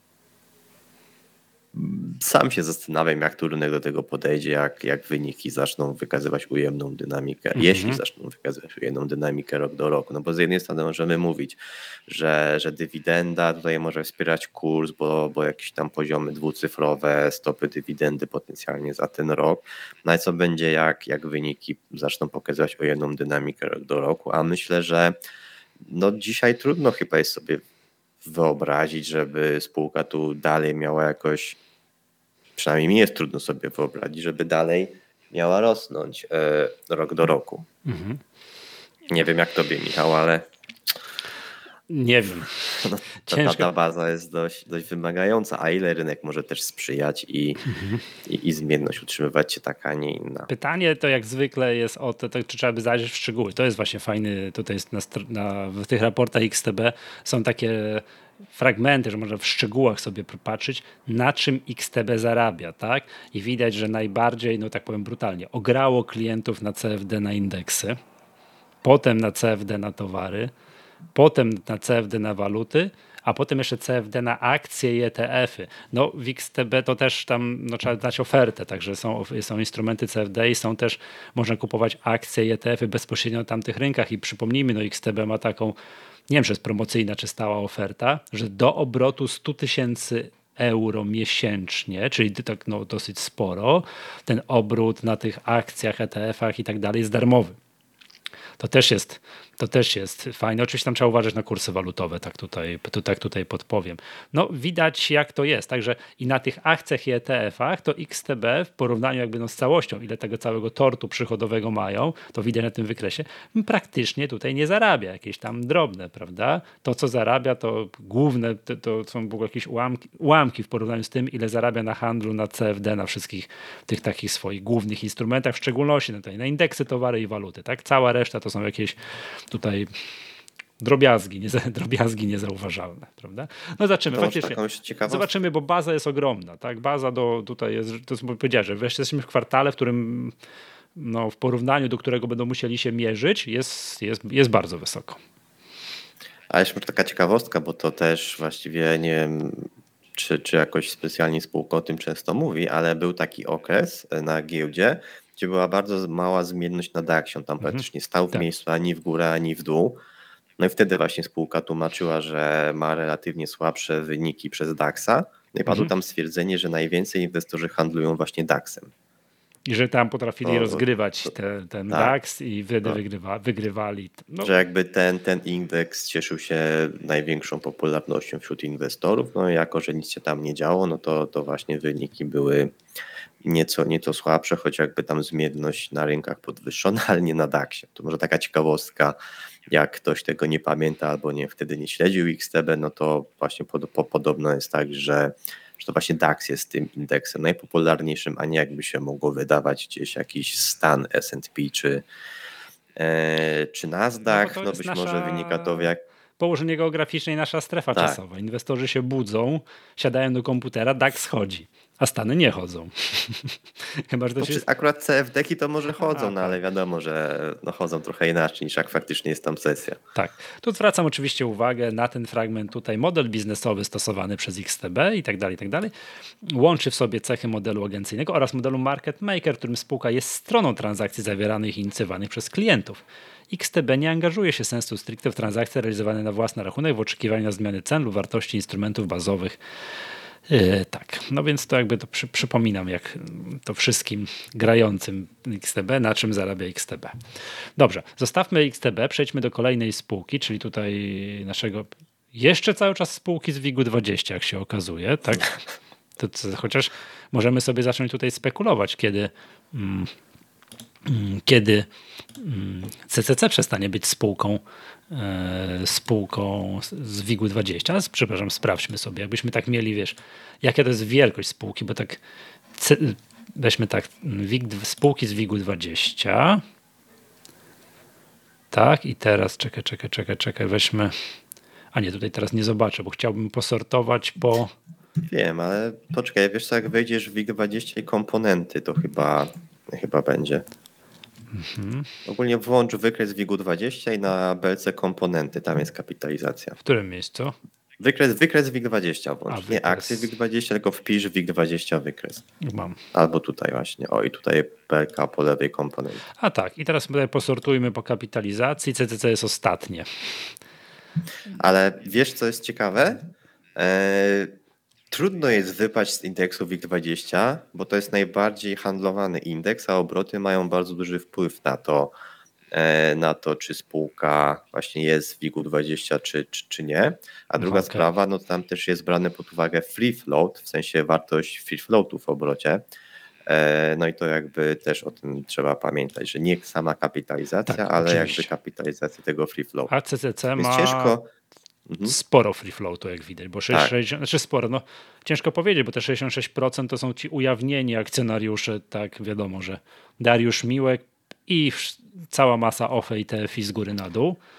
sam się zastanawiam, jak tu rynek do tego podejdzie, jak, jak wyniki zaczną wykazywać ujemną dynamikę, mhm. jeśli zaczną wykazywać ujemną dynamikę rok do roku. No bo z jednej strony możemy mówić, że, że dywidenda tutaj może wspierać kurs, bo, bo jakieś tam poziomy dwucyfrowe, stopy dywidendy potencjalnie za ten rok. No i co będzie, jak, jak wyniki zaczną pokazywać ujemną dynamikę rok do roku, a myślę, że no dzisiaj trudno chyba jest sobie wyobrazić, żeby spółka tu dalej miała jakoś, przynajmniej mi jest trudno sobie wyobrazić, żeby dalej miała rosnąć e, rok do roku. Mhm. Nie wiem jak tobie, Michał, ale nie wiem. No, ta, ta baza jest dość, dość wymagająca, a ile rynek może też sprzyjać i, mhm. i, i zmienność utrzymywać się taka, a nie inna. Pytanie to jak zwykle jest o to, to, czy trzeba by zajrzeć w szczegóły. To jest właśnie fajny, tutaj jest na, na, w tych raportach X T B są takie fragmenty, że można w szczegółach sobie popatrzeć, na czym X T B zarabia, tak? I widać, że najbardziej, no tak powiem brutalnie, ograło klientów na C F D na indeksy. potem na C F D na towary, potem na C F D na waluty, a potem jeszcze C F D na akcje i E T F-y. No w X T B to też tam no, trzeba dać ofertę, także są, są instrumenty C F D i są też, można kupować akcje i E T F-y bezpośrednio na tamtych rynkach i przypomnijmy, no X T B ma taką, nie wiem, czy jest promocyjna, czy stała oferta, że do obrotu sto tysięcy euro miesięcznie, czyli tak no, dosyć sporo, ten obrót na tych akcjach, E T F-ach i tak dalej jest darmowy. To też jest, to też jest fajne. Oczywiście tam trzeba uważać na kursy walutowe, tak tutaj, tak tutaj podpowiem. No widać jak to jest, także i na tych akcjach i E T F-ach to X T B w porównaniu jakby no z całością, ile tego całego tortu przychodowego mają, to widać na tym wykresie, praktycznie tutaj nie zarabia, jakieś tam drobne, prawda? To co zarabia to główne, to, to są w ogóle jakieś ułamki, ułamki w porównaniu z tym, ile zarabia na handlu, na C F D, na wszystkich tych takich swoich głównych instrumentach, w szczególności no tutaj na indeksy, towary i waluty, tak? Cała reszta to są jakieś tutaj drobiazgi, nie, drobiazgi niezauważalne, prawda? No zobaczymy, faktycznie, zobaczymy, bo baza jest ogromna, tak? Baza do, tutaj jest, to jest, powiedziałem, że wreszcie jesteśmy w kwartale, w którym no, w porównaniu do którego będą musieli się mierzyć, jest, jest, jest bardzo wysoko. A jeszcze może taka ciekawostka, bo to też właściwie nie wiem, czy, czy jakoś specjalnie spółka o tym często mówi, ale był taki okres na giełdzie, gdzie była bardzo mała zmienność na DAX. On tam mhm. praktycznie stał w tak. miejscu ani w górę, ani w dół. No i wtedy właśnie spółka tłumaczyła, że ma relatywnie słabsze wyniki przez DAX-a. No i padło mhm. tam stwierdzenie, że najwięcej inwestorzy handlują właśnie DAX-em. I że tam potrafili to, rozgrywać to, te, ten tak, DAX i wtedy no. wygrywa, wygrywali. No. Że jakby ten, ten indeks cieszył się największą popularnością wśród inwestorów. No i jako, że nic się tam nie działo, no to, to właśnie wyniki były nieco, nieco słabsze, choć jakby tam zmienność na rynkach podwyższona, ale nie na DAX-ie. To może taka ciekawostka, jak ktoś tego nie pamięta albo nie wtedy nie śledził X T B, no to właśnie pod, po, podobno jest tak, że, że to właśnie DAX jest tym indeksem najpopularniejszym, a nie jakby się mogło wydawać gdzieś jakiś stan S and P czy, e, czy Nasdaq. No, no być nasza... może wynika to jak położenie geograficzne i nasza strefa tak. czasowa. Inwestorzy się budzą, siadają do komputera, DAX chodzi, a Stany nie chodzą. Chyba, że to jest... Akurat C F D-ki to może chodzą, a, no, ale wiadomo, że no, chodzą trochę inaczej niż jak faktycznie jest tam sesja. Tak. Tu zwracam oczywiście uwagę na ten fragment tutaj. Model biznesowy stosowany przez X T B i tak dalej, i tak dalej. Łączy w sobie cechy modelu agencyjnego oraz modelu market maker, w którym spółka jest stroną transakcji zawieranych i inicjowanych przez klientów. X T B nie angażuje się sensu stricte w transakcje realizowane na własny rachunek w oczekiwaniu na zmiany cen lub wartości instrumentów bazowych. Yy, tak, no więc to jakby to przy, przypominam, jak to wszystkim grającym X T B, na czym zarabia X T B. Dobrze, zostawmy X T B, przejdźmy do kolejnej spółki, czyli tutaj naszego jeszcze cały czas spółki z WIG-u dwadzieścia, jak się okazuje, tak? To, to, chociaż możemy sobie zacząć tutaj spekulować, kiedy mm, kiedy C C C przestanie być spółką e, spółką z WIG-u dwadzieścia. Przepraszam, sprawdźmy sobie, jakbyśmy tak mieli, wiesz, jaka to jest wielkość spółki, bo tak C, weźmy tak WIG, spółki z WIG-u dwadzieścia. Tak, i teraz czekaj, czekaj, czekaj, czekaj, weźmy, a nie, tutaj teraz nie zobaczę, bo chciałbym posortować po... Wiem, ale poczekaj, wiesz co, jak wejdziesz w WIG dwadzieścia i komponenty, to chyba, chyba będzie. Mhm. Ogólnie włącz wykres WIG-u dwadzieścia i na belce komponenty, tam jest kapitalizacja. W którym miejscu? Wykres, wykres WIG dwadzieścia włącz, A, wykres... nie akcje WIG dwadzieścia, tylko wpisz WIG dwadzieścia wykres. Mam. Albo tutaj właśnie, o i tutaj belka po lewej komponencie. A tak, i teraz tutaj posortujmy po kapitalizacji, C C C jest ostatnie. Ale wiesz co jest ciekawe? Eee, Trudno jest wypaść z indeksu WIG dwadzieścia, bo to jest najbardziej handlowany indeks, a obroty mają bardzo duży wpływ na to, na to czy spółka właśnie jest w WIG-u dwadzieścia, czy, czy, czy nie. A druga okay. sprawa, no to tam też jest brane pod uwagę free float, w sensie wartość free floatu w obrocie. No i to jakby też o tym trzeba pamiętać, że nie sama kapitalizacja, tak, ale oczywiście. Jakby kapitalizacja tego free floatu. A C C C ma... ciężko... Sporo free floatu, jak widać, bo sześćdziesiąt, tak. sześćdziesiąt, znaczy sporo, no ciężko powiedzieć, bo te sześćdziesiąt sześć procent to są ci ujawnieni akcjonariusze, tak wiadomo, że Dariusz Miłek i cała masa O F E i T F I z góry na dół.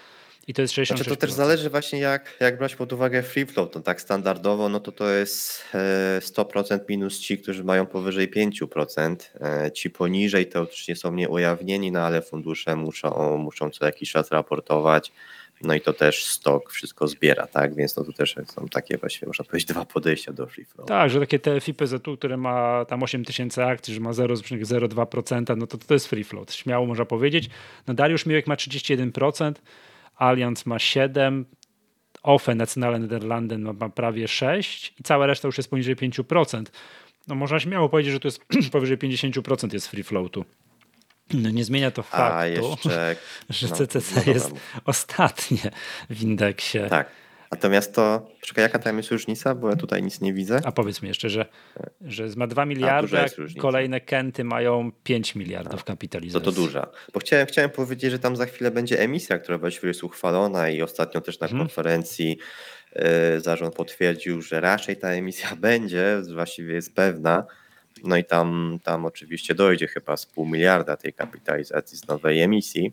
I to jest sześćdziesiąt sześć procent. Znaczy to też zależy właśnie jak, jak brać pod uwagę free float. No tak standardowo no to to jest e, sto procent minus ci, którzy mają powyżej pięć procent. E, Ci poniżej teoretycznie są nieujawnieni, no ale fundusze muszą, muszą co jakiś czas raportować. No i to też stok wszystko zbiera, tak? Więc no to też są takie właściwie można powiedzieć dwa podejścia do free float. Tak, że takie T F I P Z U, które ma tam osiem tysięcy akcji, że ma zero przecinek zero dwa procent, no to to jest free float. Śmiało można powiedzieć. No Dariusz Miłek ma trzydzieści jeden procent, Allianz ma siedem procent, O F E Nationale Nederlanden ma, ma prawie sześć procent i cała reszta już jest poniżej pięć procent. No można śmiało powiedzieć, że to jest powyżej pięćdziesiąt procent jest free floatu. No nie zmienia to faktu, A jeszcze, że no, C C C no dobra, jest mów. ostatnie w indeksie. Tak. Natomiast to, czekaj, jaka tam jest różnica? Bo ja tutaj nic nie widzę. A powiedz mi jeszcze, że, że ma dwa A, miliardy, duża a jest różnica. kolejne Kenty mają pięć miliardów To kapitalizacji. to duża. Bo chciałem, chciałem powiedzieć, że tam za chwilę będzie emisja, która właściwie jest uchwalona i ostatnio też na Mhm. konferencji y, zarząd potwierdził, że raczej ta emisja będzie, właściwie jest pewna. No i tam, tam oczywiście dojdzie chyba z pół miliarda tej kapitalizacji z nowej emisji.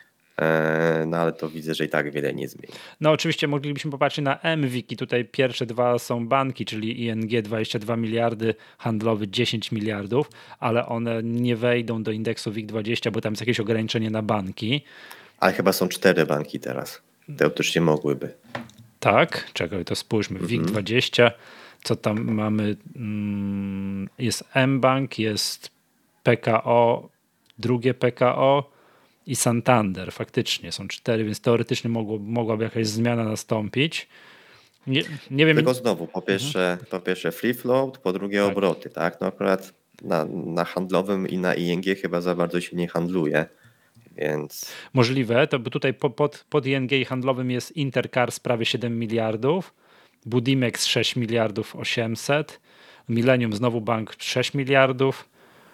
E, No ale to widzę, że i tak wiele nie zmieni. No oczywiście moglibyśmy popatrzeć na M W I K i tutaj pierwsze dwa są banki, czyli I N G dwadzieścia dwa miliardy, handlowy dziesięć miliardów, ale one nie wejdą do indeksu W I K dwadzieścia, bo tam jest jakieś ograniczenie na banki. Ale chyba są cztery banki teraz. Teoretycznie mogłyby. Tak, czekaj, to spójrzmy. W I K Mhm. dwadzieścia, co tam mamy? Mm, Jest mBank, jest P K O, drugie P K O i Santander. Faktycznie są cztery, więc teoretycznie mogło, mogłaby jakaś zmiana nastąpić. Nie, nie wiem. Tylko znowu, po pierwsze, po pierwsze free float, po drugie Tak. obroty, tak? No akurat na, na handlowym i na I N G chyba za bardzo się nie handluje, więc Możliwe, to bo tutaj po- pod, pod I N G handlowym jest Intercars prawie siedem miliardów, Budimex sześć miliardów osiemset, Millennium znowu bank sześć miliardów.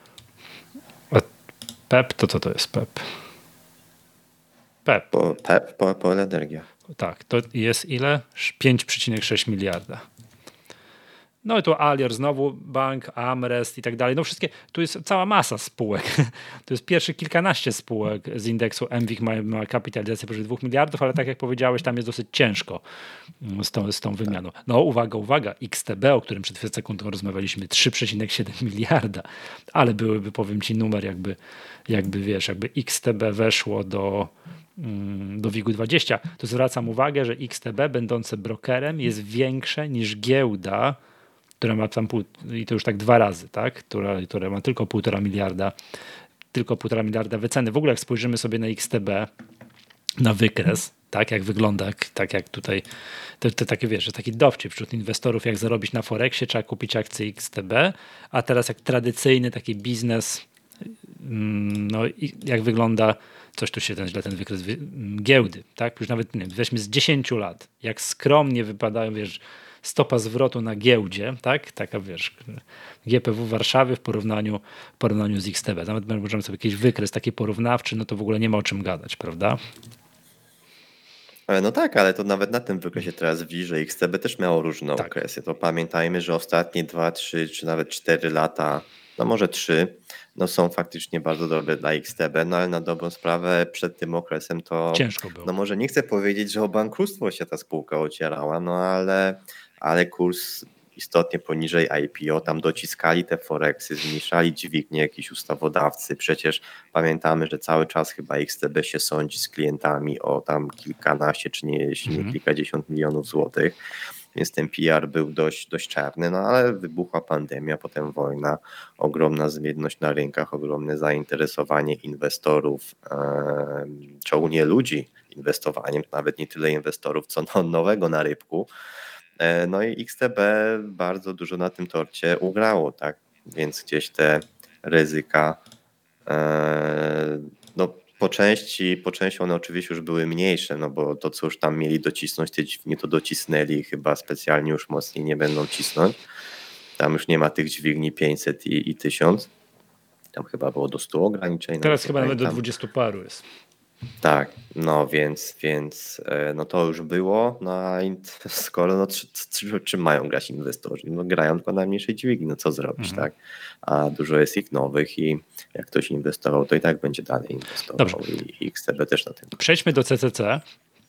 A P E P to co to jest P E P? P E P, po P E P, po, po Energia. tak, to jest ile? pięć przecinek sześć miliarda. No i tu Alior znowu bank, Amrest i tak dalej. No wszystkie, tu jest cała masa spółek. To jest pierwsze kilkanaście spółek z indeksu M W I K ma, ma kapitalizację powyżej dwóch miliardów, ale tak jak powiedziałeś, tam jest dosyć ciężko z tą, z tą wymianą. No uwaga, uwaga, X T B, o którym przed sekundą rozmawialiśmy, trzy przecinek siedem miliarda, ale byłyby, powiem ci, numer jakby, jakby wiesz, jakby X T B weszło do do W I G dwadzieścia, to zwracam uwagę, że X T B będące brokerem jest większe niż giełda, która ma tam pół, i to już tak dwa razy, tak? Która, która ma tylko półtora miliarda, tylko półtora miliarda wyceny. W ogóle jak spojrzymy sobie na X T B, na wykres, tak jak wygląda, tak jak tutaj, to, to takie wiesz, że taki dowcip wśród inwestorów, jak zarobić na Forexie, trzeba kupić akcje X T B, a teraz jak tradycyjny taki biznes, no i jak wygląda, coś tu się ten, źle ten wykres wy, giełdy, tak? Już nawet, nie wiem, weźmy z dziesięciu lat, jak skromnie wypadają, wiesz, stopa zwrotu na giełdzie, tak? Taka, wiesz, G P W Warszawy w porównaniu, w porównaniu z X T B. Nawet możemy sobie jakiś wykres taki porównawczy, no to w ogóle nie ma o czym gadać, prawda? No tak, ale to nawet na tym wykresie teraz widzi, że X T B też miało różne Tak. okresy. To pamiętajmy, że ostatnie dwa, trzy czy nawet cztery lata, no może trzy, no są faktycznie bardzo dobre dla X T B, no ale na dobrą sprawę przed tym okresem to Ciężko było. No może nie chcę powiedzieć, że o bankructwo się ta spółka ocierała, no ale, ale kurs istotnie poniżej I P O, tam dociskali te forexy, zmniejszali dźwignię jakiś ustawodawcy. Przecież pamiętamy, że cały czas chyba X T B się sądzi z klientami o tam kilkanaście, czy nie, jeśli nie Mhm. kilkadziesiąt milionów złotych. Więc ten P R był dość, dość czarny, no ale wybuchła pandemia, potem wojna, ogromna zmienność na rynkach, ogromne zainteresowanie inwestorów, e, czołnie ludzi inwestowaniem, nawet nie tyle inwestorów, co no, nowego na rybku. E, no i X T B bardzo dużo na tym torcie ugrało, tak? Więc gdzieś te ryzyka, e, no po części, po części one oczywiście już były mniejsze, no bo to, co już tam mieli docisnąć, te dźwignie to docisnęli, chyba specjalnie już mocniej nie będą cisnąć. Tam już nie ma tych dźwigni pięćset i, i tysiąc. Tam chyba było do stu ograniczeń. Teraz no, chyba nawet do pamiętam. dwudziestu paru jest. Tak, no więc, więc no to już było, no a skoro no, czym mają grać inwestorzy? No grają tylko na mniejszej dźwigni, no co zrobić, Mhm. tak? A dużo jest ich nowych i jak ktoś inwestował, to i tak będzie dalej inwestował. Dobrze. I X T B też na tym. Przejdźmy do C C C.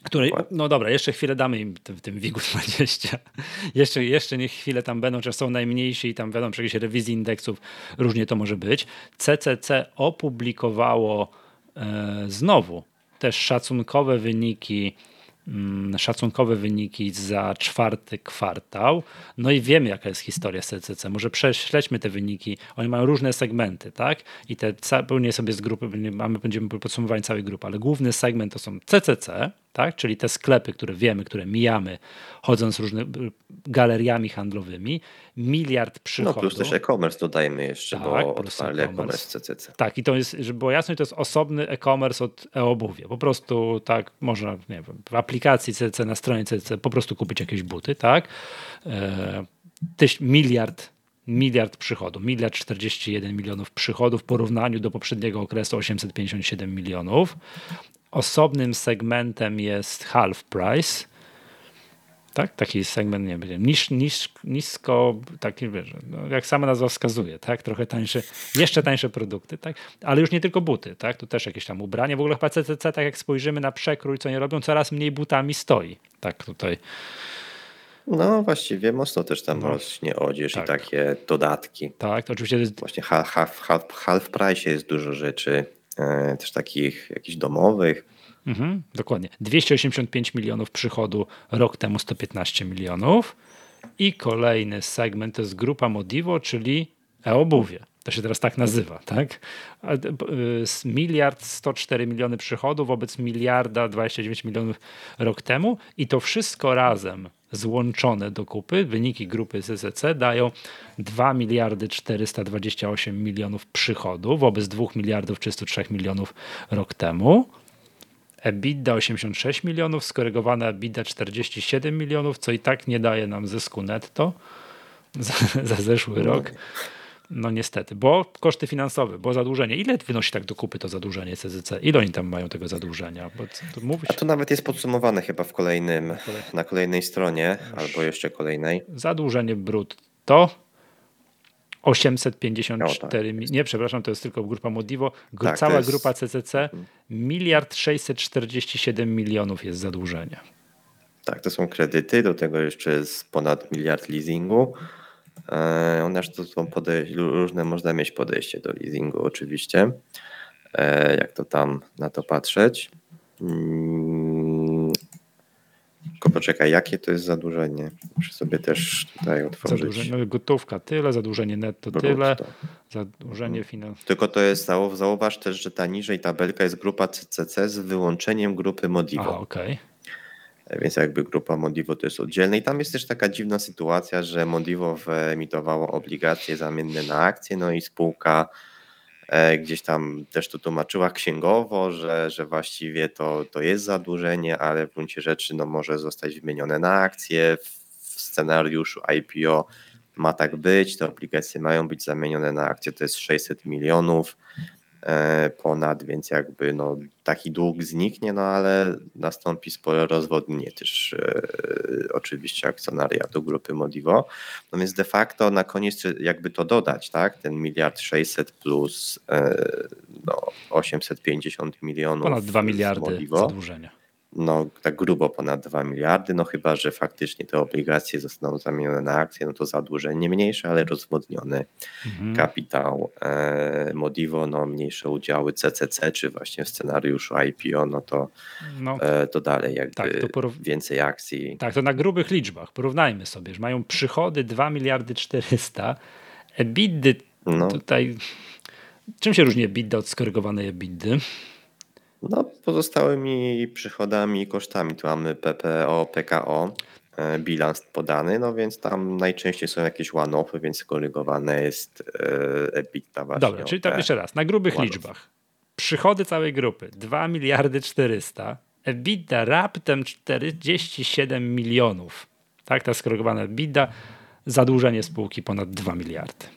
Której, no dobra, jeszcze chwilę damy im w tym WIG-u dwadzieścia. jeszcze, jeszcze niech chwilę tam będą, czy są najmniejsi i tam wiadomo, przy jakiejś rewizji indeksów różnie to może być. C C C opublikowało e, znowu też szacunkowe wyniki szacunkowe wyniki za czwarty kwartał. No i wiemy, jaka jest historia C C C. Może prześledźmy te wyniki. Oni mają różne segmenty, tak? I te pełnie sobie z grupy, mamy, będziemy podsumować całej grupy, ale główny segment to są C C C, tak? Czyli te sklepy, które wiemy, które mijamy, chodząc różnymi galeriami handlowymi. Miliard przychodu. No plus też e-commerce dodajmy jeszcze, tak, bo otwarli e-commerce C C C. Tak, i to jest, żeby było jasne, to jest osobny e-commerce od e-obuwie. Po prostu tak można, nie wiem, w aplikacji C C C, na stronie C C C po prostu kupić jakieś buty, tak? E, tyś, miliard, miliard przychodu, miliard czterdzieści jeden milionów przychodów w porównaniu do poprzedniego okresu osiemset pięćdziesiąt siedem milionów. Osobnym segmentem jest half price. Tak? Taki segment, nie wiem, niż, niż, nisko, taki, wiesz, no, jak sama nazwa wskazuje, tak? Trochę tańsze, jeszcze tańsze produkty, tak? Ale już nie tylko buty, tak? Tu też jakieś tam ubrania. W ogóle chyba C C C, tak jak spojrzymy na przekrój, co nie robią, coraz mniej butami stoi. Tak tutaj. No właściwie mocno też tam no, rośnie odzież tak. I takie dodatki. Tak, to oczywiście. Jest... Właśnie half, half, half, half price jest dużo rzeczy, e, też takich jakichś domowych. Mhm, dokładnie. dwieście osiemdziesiąt pięć milionów przychodu, rok temu sto piętnaście milionów. I kolejny segment to jest grupa Modivo, czyli e-obuwie. To się teraz tak nazywa, tak? Miliard sto cztery miliony przychodu wobec miliarda dwadzieścia dziewięć milionów rok temu i to wszystko razem złączone do kupy, wyniki grupy C C C dają dwa miliardy czterysta dwadzieścia osiem milionów przychodu wobec dwa miliardy trzysta trzy milionów rok temu. EBITDA osiemdziesiąt sześć milionów, skorygowana EBITDA czterdzieści siedem milionów, co i tak nie daje nam zysku netto za, za zeszły rok. No niestety, bo koszty finansowe, bo zadłużenie. Ile wynosi tak do kupy to zadłużenie C C C? Ile oni tam mają tego zadłużenia? Bo to mówisz... A to nawet jest podsumowane chyba w kolejnym, na kolejnej stronie, Już. albo jeszcze kolejnej. Zadłużenie brutto osiemset pięćdziesiąt cztery, no tak. nie przepraszam, to jest tylko grupa Modivo, Gru, tak, cała jest... grupa C C C, miliard sześćset czterdzieści siedem milionów jest zadłużenia. Tak, to są kredyty, do tego jeszcze jest ponad miliard leasingu. E, one to są podejście, różne można mieć podejście do leasingu oczywiście, e, jak to tam na to patrzeć. Hmm. Tylko poczekaj, jakie to jest zadłużenie? Muszę sobie też tutaj otworzyć. Zadłużenie, gotówka tyle, zadłużenie netto Brutto. tyle, zadłużenie finansowe. Tylko to jest, zauważ też, że ta niżej tabelka jest grupa C C C z wyłączeniem grupy Modivo. Aha, okej. Okay. Więc jakby grupa Modivo to jest oddzielna i tam jest też taka dziwna sytuacja, że Modivo wyemitowało obligacje zamienne na akcje, no i spółka gdzieś tam też to tłumaczyła księgowo, że, że właściwie to, to jest zadłużenie, ale w gruncie rzeczy no, może zostać wymienione na akcje. W scenariuszu I P O ma tak być, te obligacje mają być zamienione na akcje, to jest sześćset milionów ponad, więc jakby no, taki dług zniknie, no ale nastąpi spore rozwodnienie też e, oczywiście akcjonariatu grupy Modivo. No więc de facto na koniec jakby to dodać, tak, ten miliard sześćset plus e, no, osiemset pięćdziesiąt milionów. Ponad dwa miliardy zadłużenia. No tak grubo ponad dwa miliardy, no chyba, że faktycznie te obligacje zostaną zamienione na akcje, no to zadłużenie mniejsze, ale rozwodniony mhm. kapitał e, Modivo, no mniejsze udziały C C C, czy właśnie w scenariuszu I P O, no to, no, e, to dalej jakby tak, to porów... więcej akcji. Tak, to na grubych liczbach, porównajmy sobie, że mają przychody dwa miliardy czterysta, EBITDA no. tutaj, czym się różni EBITDA od skorygowanej EBITDA? No, pozostałymi przychodami i kosztami. Tu mamy P P O, P K O, bilans podany, no więc tam najczęściej są jakieś one-offy, więc skorygowane jest EBITDA właśnie. Dobra, czyli tam jeszcze raz, na grubych liczbach. Przychody całej grupy dwa miliardy czterysta, EBITDA raptem czterdzieści siedem milionów. Tak, ta skorygowana EBITDA, zadłużenie spółki ponad dwa miliardy.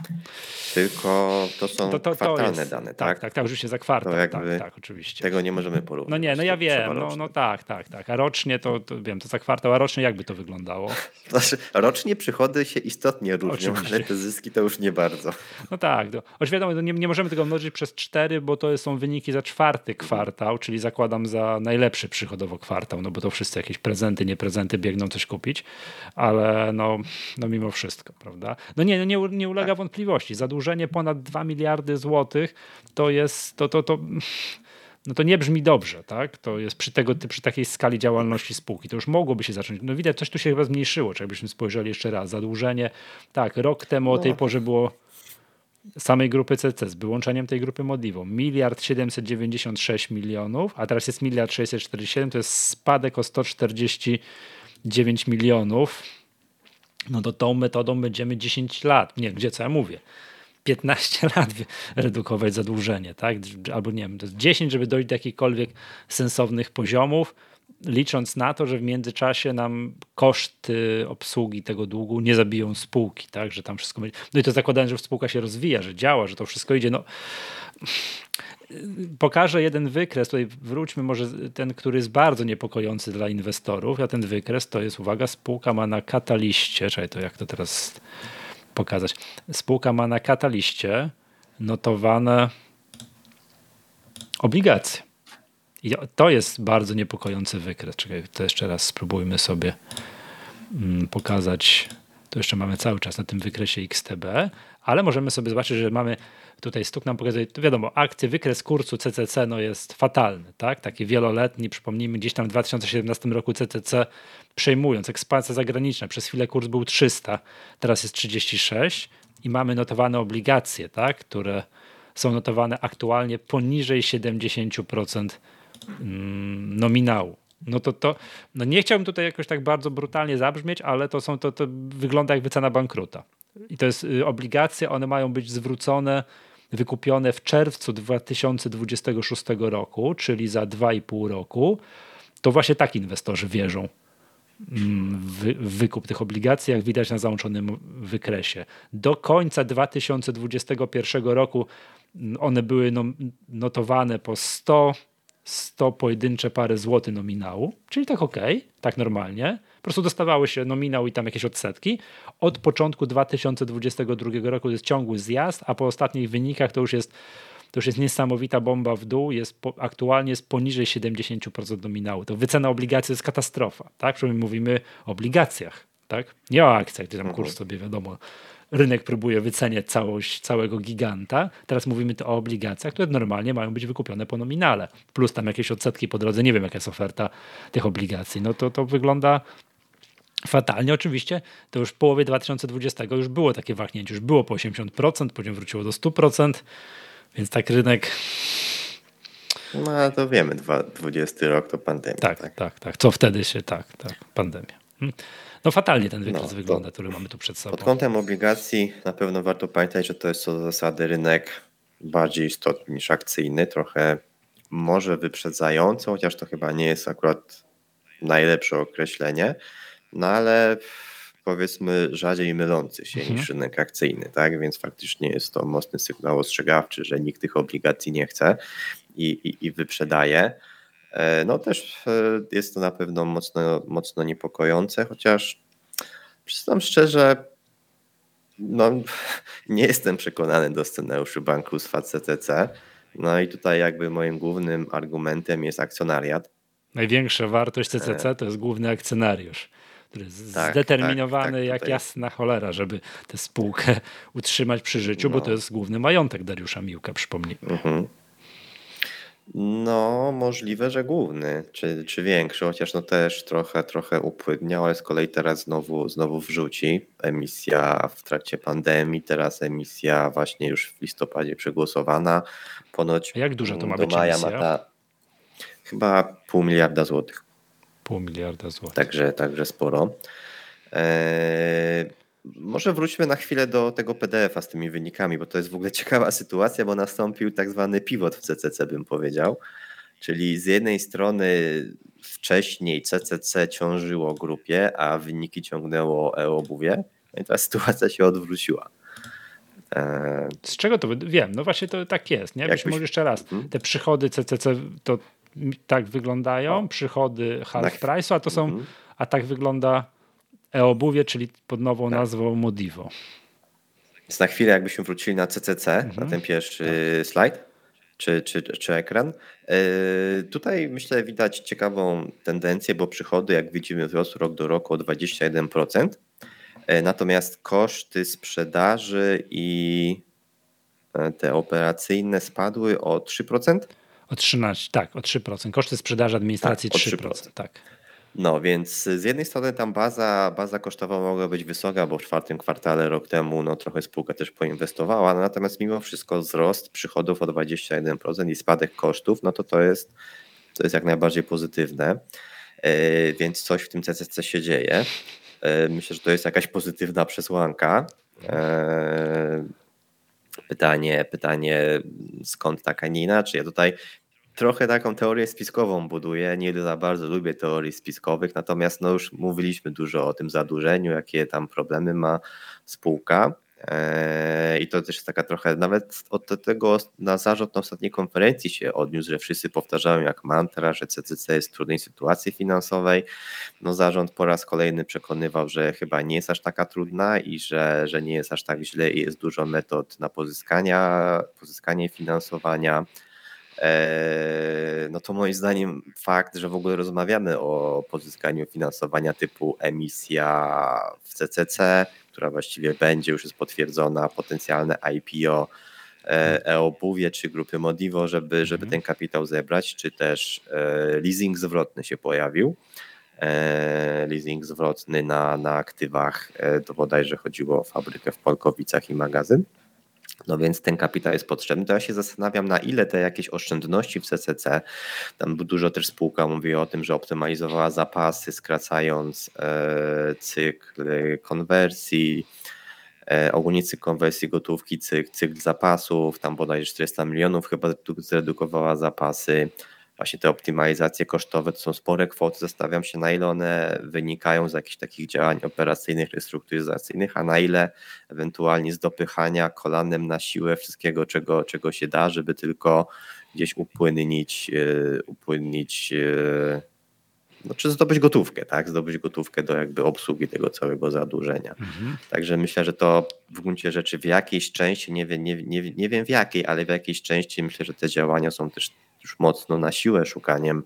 Tylko to są To, to, to kwartalne jest, dane, tak, tak? tak, tak, oczywiście za kwartał, To tak, jakby tak, oczywiście. tego nie możemy No porównywać. nie, no ja to trzeba wiem, no, rocznie. no tak, tak, tak, a rocznie to, to wiem, to za kwartał, a rocznie jakby to wyglądało? Znaczy, rocznie przychody się istotnie różnią, Oczywiście. ale te zyski to już nie bardzo. No tak, no, choć wiadomo, no nie, nie możemy tego mnożyć przez cztery, bo to są wyniki za czwarty kwartał, czyli zakładam za najlepszy przychodowo kwartał, no bo to wszyscy jakieś prezenty, nie prezenty biegną coś kupić, ale no, no mimo wszystko, prawda? No nie, no nie, u- nie ulega wątpliwości, zadłużenie ponad dwa miliardy złotych to jest, to, to, to, no to nie brzmi dobrze, tak? To jest przy, tego, przy takiej skali działalności spółki. To już mogłoby się zacząć. No widać, coś tu się chyba zmniejszyło, czy jakbyśmy spojrzeli jeszcze raz. Zadłużenie, tak, rok temu o tej No. porze było samej grupy C C z wyłączeniem tej grupy Modivo miliard siedemset dziewięćdziesiąt sześć milionów, a teraz jest miliard sześćset czterdzieści siedem, to jest spadek o sto czterdzieści dziewięć milionów. No to tą metodą będziemy dziesięć lat, nie, gdzie co ja mówię, piętnaście lat redukować zadłużenie, tak? Albo nie wiem, to jest dziesięć, żeby dojść do jakichkolwiek sensownych poziomów, licząc na to, że w międzyczasie nam koszty obsługi tego długu nie zabiją spółki, tak? Że tam wszystko będzie. No i to zakładając, że spółka się rozwija, że działa, że to wszystko idzie. No, pokażę jeden wykres, tutaj wróćmy może ten, który jest bardzo niepokojący dla inwestorów, a ten wykres to jest, uwaga, spółka ma na kataliście, czekaj, to jak to teraz pokazać. Spółka ma na kataliście notowane obligacje. I to jest bardzo niepokojący wykres. Czekaj, to jeszcze raz spróbujmy sobie mm, pokazać. To jeszcze mamy cały czas na tym wykresie X T B, ale możemy sobie zobaczyć, że mamy tutaj stuk nam pokazuje, to wiadomo, akcje, wykres kursu C C C no jest fatalny, tak? Taki wieloletni, przypomnijmy, gdzieś tam w dwa tysiące siedemnastym roku C C C przejmując, ekspansja zagraniczna, przez chwilę kurs był trzysta, teraz jest trzydzieści sześć i mamy notowane obligacje, tak? Które są notowane aktualnie poniżej siedemdziesiąt procent nominału. No to, to no nie chciałbym tutaj jakoś tak bardzo brutalnie zabrzmieć, ale to są to, to wygląda jak wycena bankruta. I to jest y, obligacje, one mają być zwrócone, wykupione w czerwcu dwa tysiące dwudziestego szóstego roku, czyli za dwa i pół roku. To właśnie tak inwestorzy wierzą w wykup tych obligacji, jak widać na załączonym wykresie. Do końca dwa tysiące dwudziestego pierwszego roku one były notowane po sto, sto pojedyncze pary złotych nominału, czyli tak okej, okay, tak normalnie. Po prostu dostawały się nominał i tam jakieś odsetki. Od początku dwa tysiące dwudziestego drugiego roku jest ciągły zjazd, a po ostatnich wynikach to już jest To już jest niesamowita bomba w dół, jest po, aktualnie jest poniżej siedemdziesiąt procent nominału. To wycena obligacji to jest katastrofa, tak? Przynajmniej mówimy o obligacjach, tak? Nie o akcjach, gdzie tam kurs sobie, wiadomo, rynek próbuje wyceniać całość całego giganta. Teraz mówimy to o obligacjach, które normalnie mają być wykupione po nominale. Plus tam jakieś odsetki po drodze. Nie wiem, jaka jest oferta tych obligacji. No to, to wygląda fatalnie. Oczywiście to już w połowie dwa tysiące dwudziestego już było takie wahnięcie, już było po osiemdziesiąt procent, później wróciło do stu procent. Więc tak rynek... No ale to wiemy, dwudziesty rok to pandemia. Tak, tak, tak, tak. Co wtedy się, tak, tak, pandemia. No fatalnie ten wykres no, wygląda, który mamy tu przed sobą. Pod kątem obligacji na pewno warto pamiętać, że to jest co do zasady rynek bardziej istotny niż akcyjny, trochę może wyprzedzający, chociaż to chyba nie jest akurat najlepsze określenie, no ale powiedzmy rzadziej mylący się mhm. niż rynek akcyjny, tak? Więc faktycznie jest to mocny sygnał ostrzegawczy, że nikt tych obligacji nie chce i, i, i wyprzedaje. No też jest to na pewno mocno, mocno niepokojące, chociaż przyznam szczerze, no, nie jestem przekonany do scenariuszy bankructwa C C C. No i tutaj jakby moim głównym argumentem jest akcjonariat. Największa wartość C C C to jest główny akcjonariusz, który jest tak, zdeterminowany tak, tak, jak jasna cholera, żeby tę spółkę utrzymać przy życiu, no. bo to jest główny majątek Dariusza Miłka, przypomnijmy. Mhm. No, możliwe, że główny, czy, czy większy, chociaż no też trochę, trochę upłynniał, ale z kolei teraz znowu, znowu wrzuci. Emisja w trakcie pandemii, teraz emisja właśnie już w listopadzie przegłosowana. Ponoć A jak duża to ma być emisja? Ma ta, chyba pół miliarda złotych. Pół miliarda złotych. Także, także sporo. Eee, Może wróćmy na chwilę do tego P D F a z tymi wynikami, bo to jest w ogóle ciekawa sytuacja, bo nastąpił tak zwany pivot w C C C, bym powiedział. Czyli z jednej strony wcześniej C C C ciążyło grupie, a wyniki ciągnęło e-obuwie. No i ta sytuacja się odwróciła. Z czego to wiem? No właśnie to tak jest, nie? Byś może jeszcze raz. Mhm. Te przychody C C C to tak wyglądają, o. przychody half price'u, a to są, mhm. a tak wygląda e-obuwie, czyli pod nową tak. nazwą Modivo. Więc na chwilę jakbyśmy wrócili na C C C, mhm. na ten pierwszy tak. slajd, czy, czy, czy ekran. Yy, tutaj myślę widać ciekawą tendencję, bo przychody, jak widzimy, wzrosły rok do roku o dwadzieścia jeden procent. Natomiast koszty sprzedaży i te operacyjne spadły o trzy procent? O trzynaście, tak, o trzy procent. Koszty sprzedaży administracji tak, trzy procent. Tak. No więc z jednej strony tam baza, baza kosztowa mogła być wysoka, bo w czwartym kwartale rok temu no, trochę spółka też poinwestowała, no, natomiast mimo wszystko wzrost przychodów o dwadzieścia jeden procent i spadek kosztów, no to to jest, to jest jak najbardziej pozytywne, yy, więc coś w tym C C C się dzieje. Yy, myślę, że to jest jakaś pozytywna przesłanka. Yy, pytanie, pytanie skąd tak, a nie inaczej. Ja tutaj trochę taką teorię spiskową buduję, nie za bardzo lubię teorii spiskowych, natomiast no już mówiliśmy dużo o tym zadłużeniu, jakie tam problemy ma spółka eee, i to też jest taka trochę, nawet od tego na zarząd na ostatniej konferencji się odniósł, że wszyscy powtarzają jak mantra, że C C C jest w trudnej sytuacji finansowej. No zarząd po raz kolejny przekonywał, że chyba nie jest aż taka trudna i że, że nie jest aż tak źle i jest dużo metod na pozyskania, pozyskanie finansowania. No to moim zdaniem fakt, że w ogóle rozmawiamy o pozyskaniu finansowania typu emisja w C C C, która właściwie będzie, już jest potwierdzona, potencjalne I P O e-obuwie czy grupy Modivo, żeby, żeby ten kapitał zebrać, czy też leasing zwrotny się pojawił. Leasing zwrotny na, na aktywach, to bodajże chodziło o fabrykę w Polkowicach i magazyn. No więc ten kapitał jest potrzebny. To ja się zastanawiam, na ile te jakieś oszczędności w C C C, tam dużo też spółka mówi o tym, że optymalizowała zapasy, skracając e, cykl konwersji, e, ogólnie cykl konwersji gotówki, cykl, cykl zapasów, tam bodajże czterysta milionów chyba zredukowała zapasy. Właśnie te optymalizacje kosztowe to są spore kwoty, zastanawiam się, na ile one wynikają z jakichś takich działań operacyjnych, restrukturyzacyjnych, a na ile ewentualnie z dopychania kolanem na siłę wszystkiego, czego, czego się da, żeby tylko gdzieś upłynnić, upłynnić no, czy zdobyć gotówkę, tak? Zdobyć gotówkę do jakby obsługi tego całego zadłużenia. Mhm. Także myślę, że to w gruncie rzeczy w jakiejś części, nie wiem, nie, nie, nie wiem w jakiej, ale w jakiejś części myślę, że te działania są też już mocno na siłę szukaniem,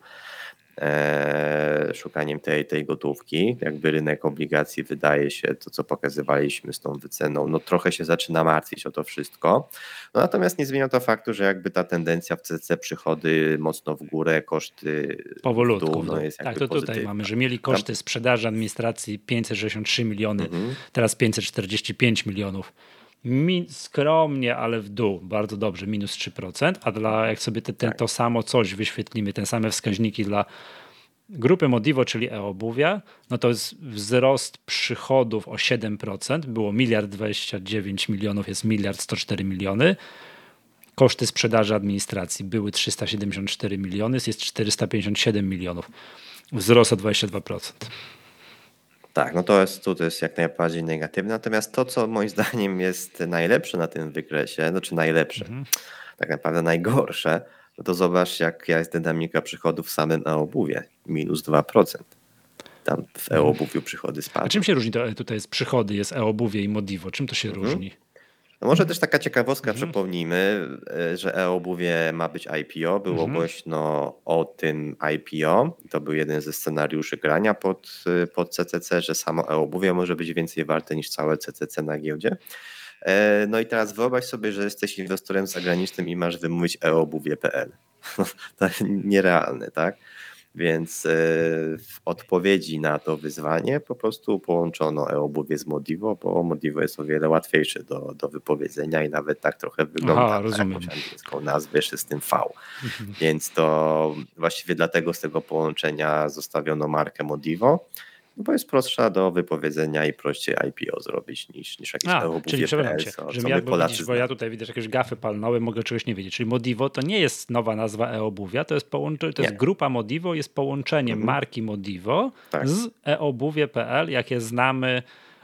e, szukaniem tej, tej gotówki. Jakby rynek obligacji, wydaje się, to co pokazywaliśmy z tą wyceną, no trochę się zaczyna martwić o to wszystko. No natomiast nie zmienia to faktu, że jakby ta tendencja w C C C, przychody mocno w górę, koszty powolutku w dół, no jest tak, jakby to tutaj pozytywna. mamy, że mieli koszty sprzedaży administracji pięćset sześćdziesiąt trzy miliony, mhm. teraz pięćset czterdzieści pięć milionów. Mi, skromnie, ale w dół, bardzo dobrze, minus trzy procent, a dla, jak sobie te, te, tak. to samo coś wyświetlimy, te same wskaźniki dla grupy Modivo, czyli e-obuwia, no to jest wzrost przychodów o siedem procent, było miliard dwadzieścia dziewięć milionów, jest miliard sto cztery miliony, koszty sprzedaży administracji były trzysta siedemdziesiąt cztery miliony, jest czterysta pięćdziesiąt siedem milionów, wzrost o dwadzieścia dwa procent. Tak, no to jest, to jest jak najbardziej negatywne, natomiast to, co moim zdaniem jest najlepsze na tym wykresie, znaczy najlepsze, mhm. tak naprawdę najgorsze, no to zobacz, jak jest dynamika przychodów w samym e-obuwie, minus dwa procent. Tam w e-obuwiu przychody spadły. A czym się różni to, tutaj jest przychody, jest e-obuwie i Modivo? Czym to się mhm. różni? No może też taka ciekawostka, mhm. przypomnijmy, że e-obuwie ma być I P O, było mhm. głośno o tym I P O, to był jeden ze scenariuszy grania pod, pod C C C, że samo e-obuwie może być więcej warte niż całe C C C na giełdzie. No i teraz wyobraź sobie, że jesteś inwestorem zagranicznym i masz wymówić e-obuwie kropka p l. To nierealne, tak? Więc w odpowiedzi na to wyzwanie po prostu połączono e-obuwie z Modivo, bo Modivo jest o wiele łatwiejsze do, do wypowiedzenia i nawet tak trochę wygląda. Aha, rozumiem. Tak, angielską nazwę jeszcze z tym V. Mhm. Więc to właściwie dlatego z tego połączenia zostawiono markę Modivo, bo jest prostsza do wypowiedzenia i prościej I P O zrobić niż, niż jakieś e-obuwie. Czyli przepraszam cię, że ja, bo, widzisz, bo ja tutaj widzę, że jakieś gafy palnąłem, mogę czegoś nie wiedzieć. Czyli Modivo to nie jest nowa nazwa e-obuwia, to jest, połącze, to jest grupa Modivo, jest połączenie mhm. marki Modivo tak. z e-obuwie kropka p l, jakie znamy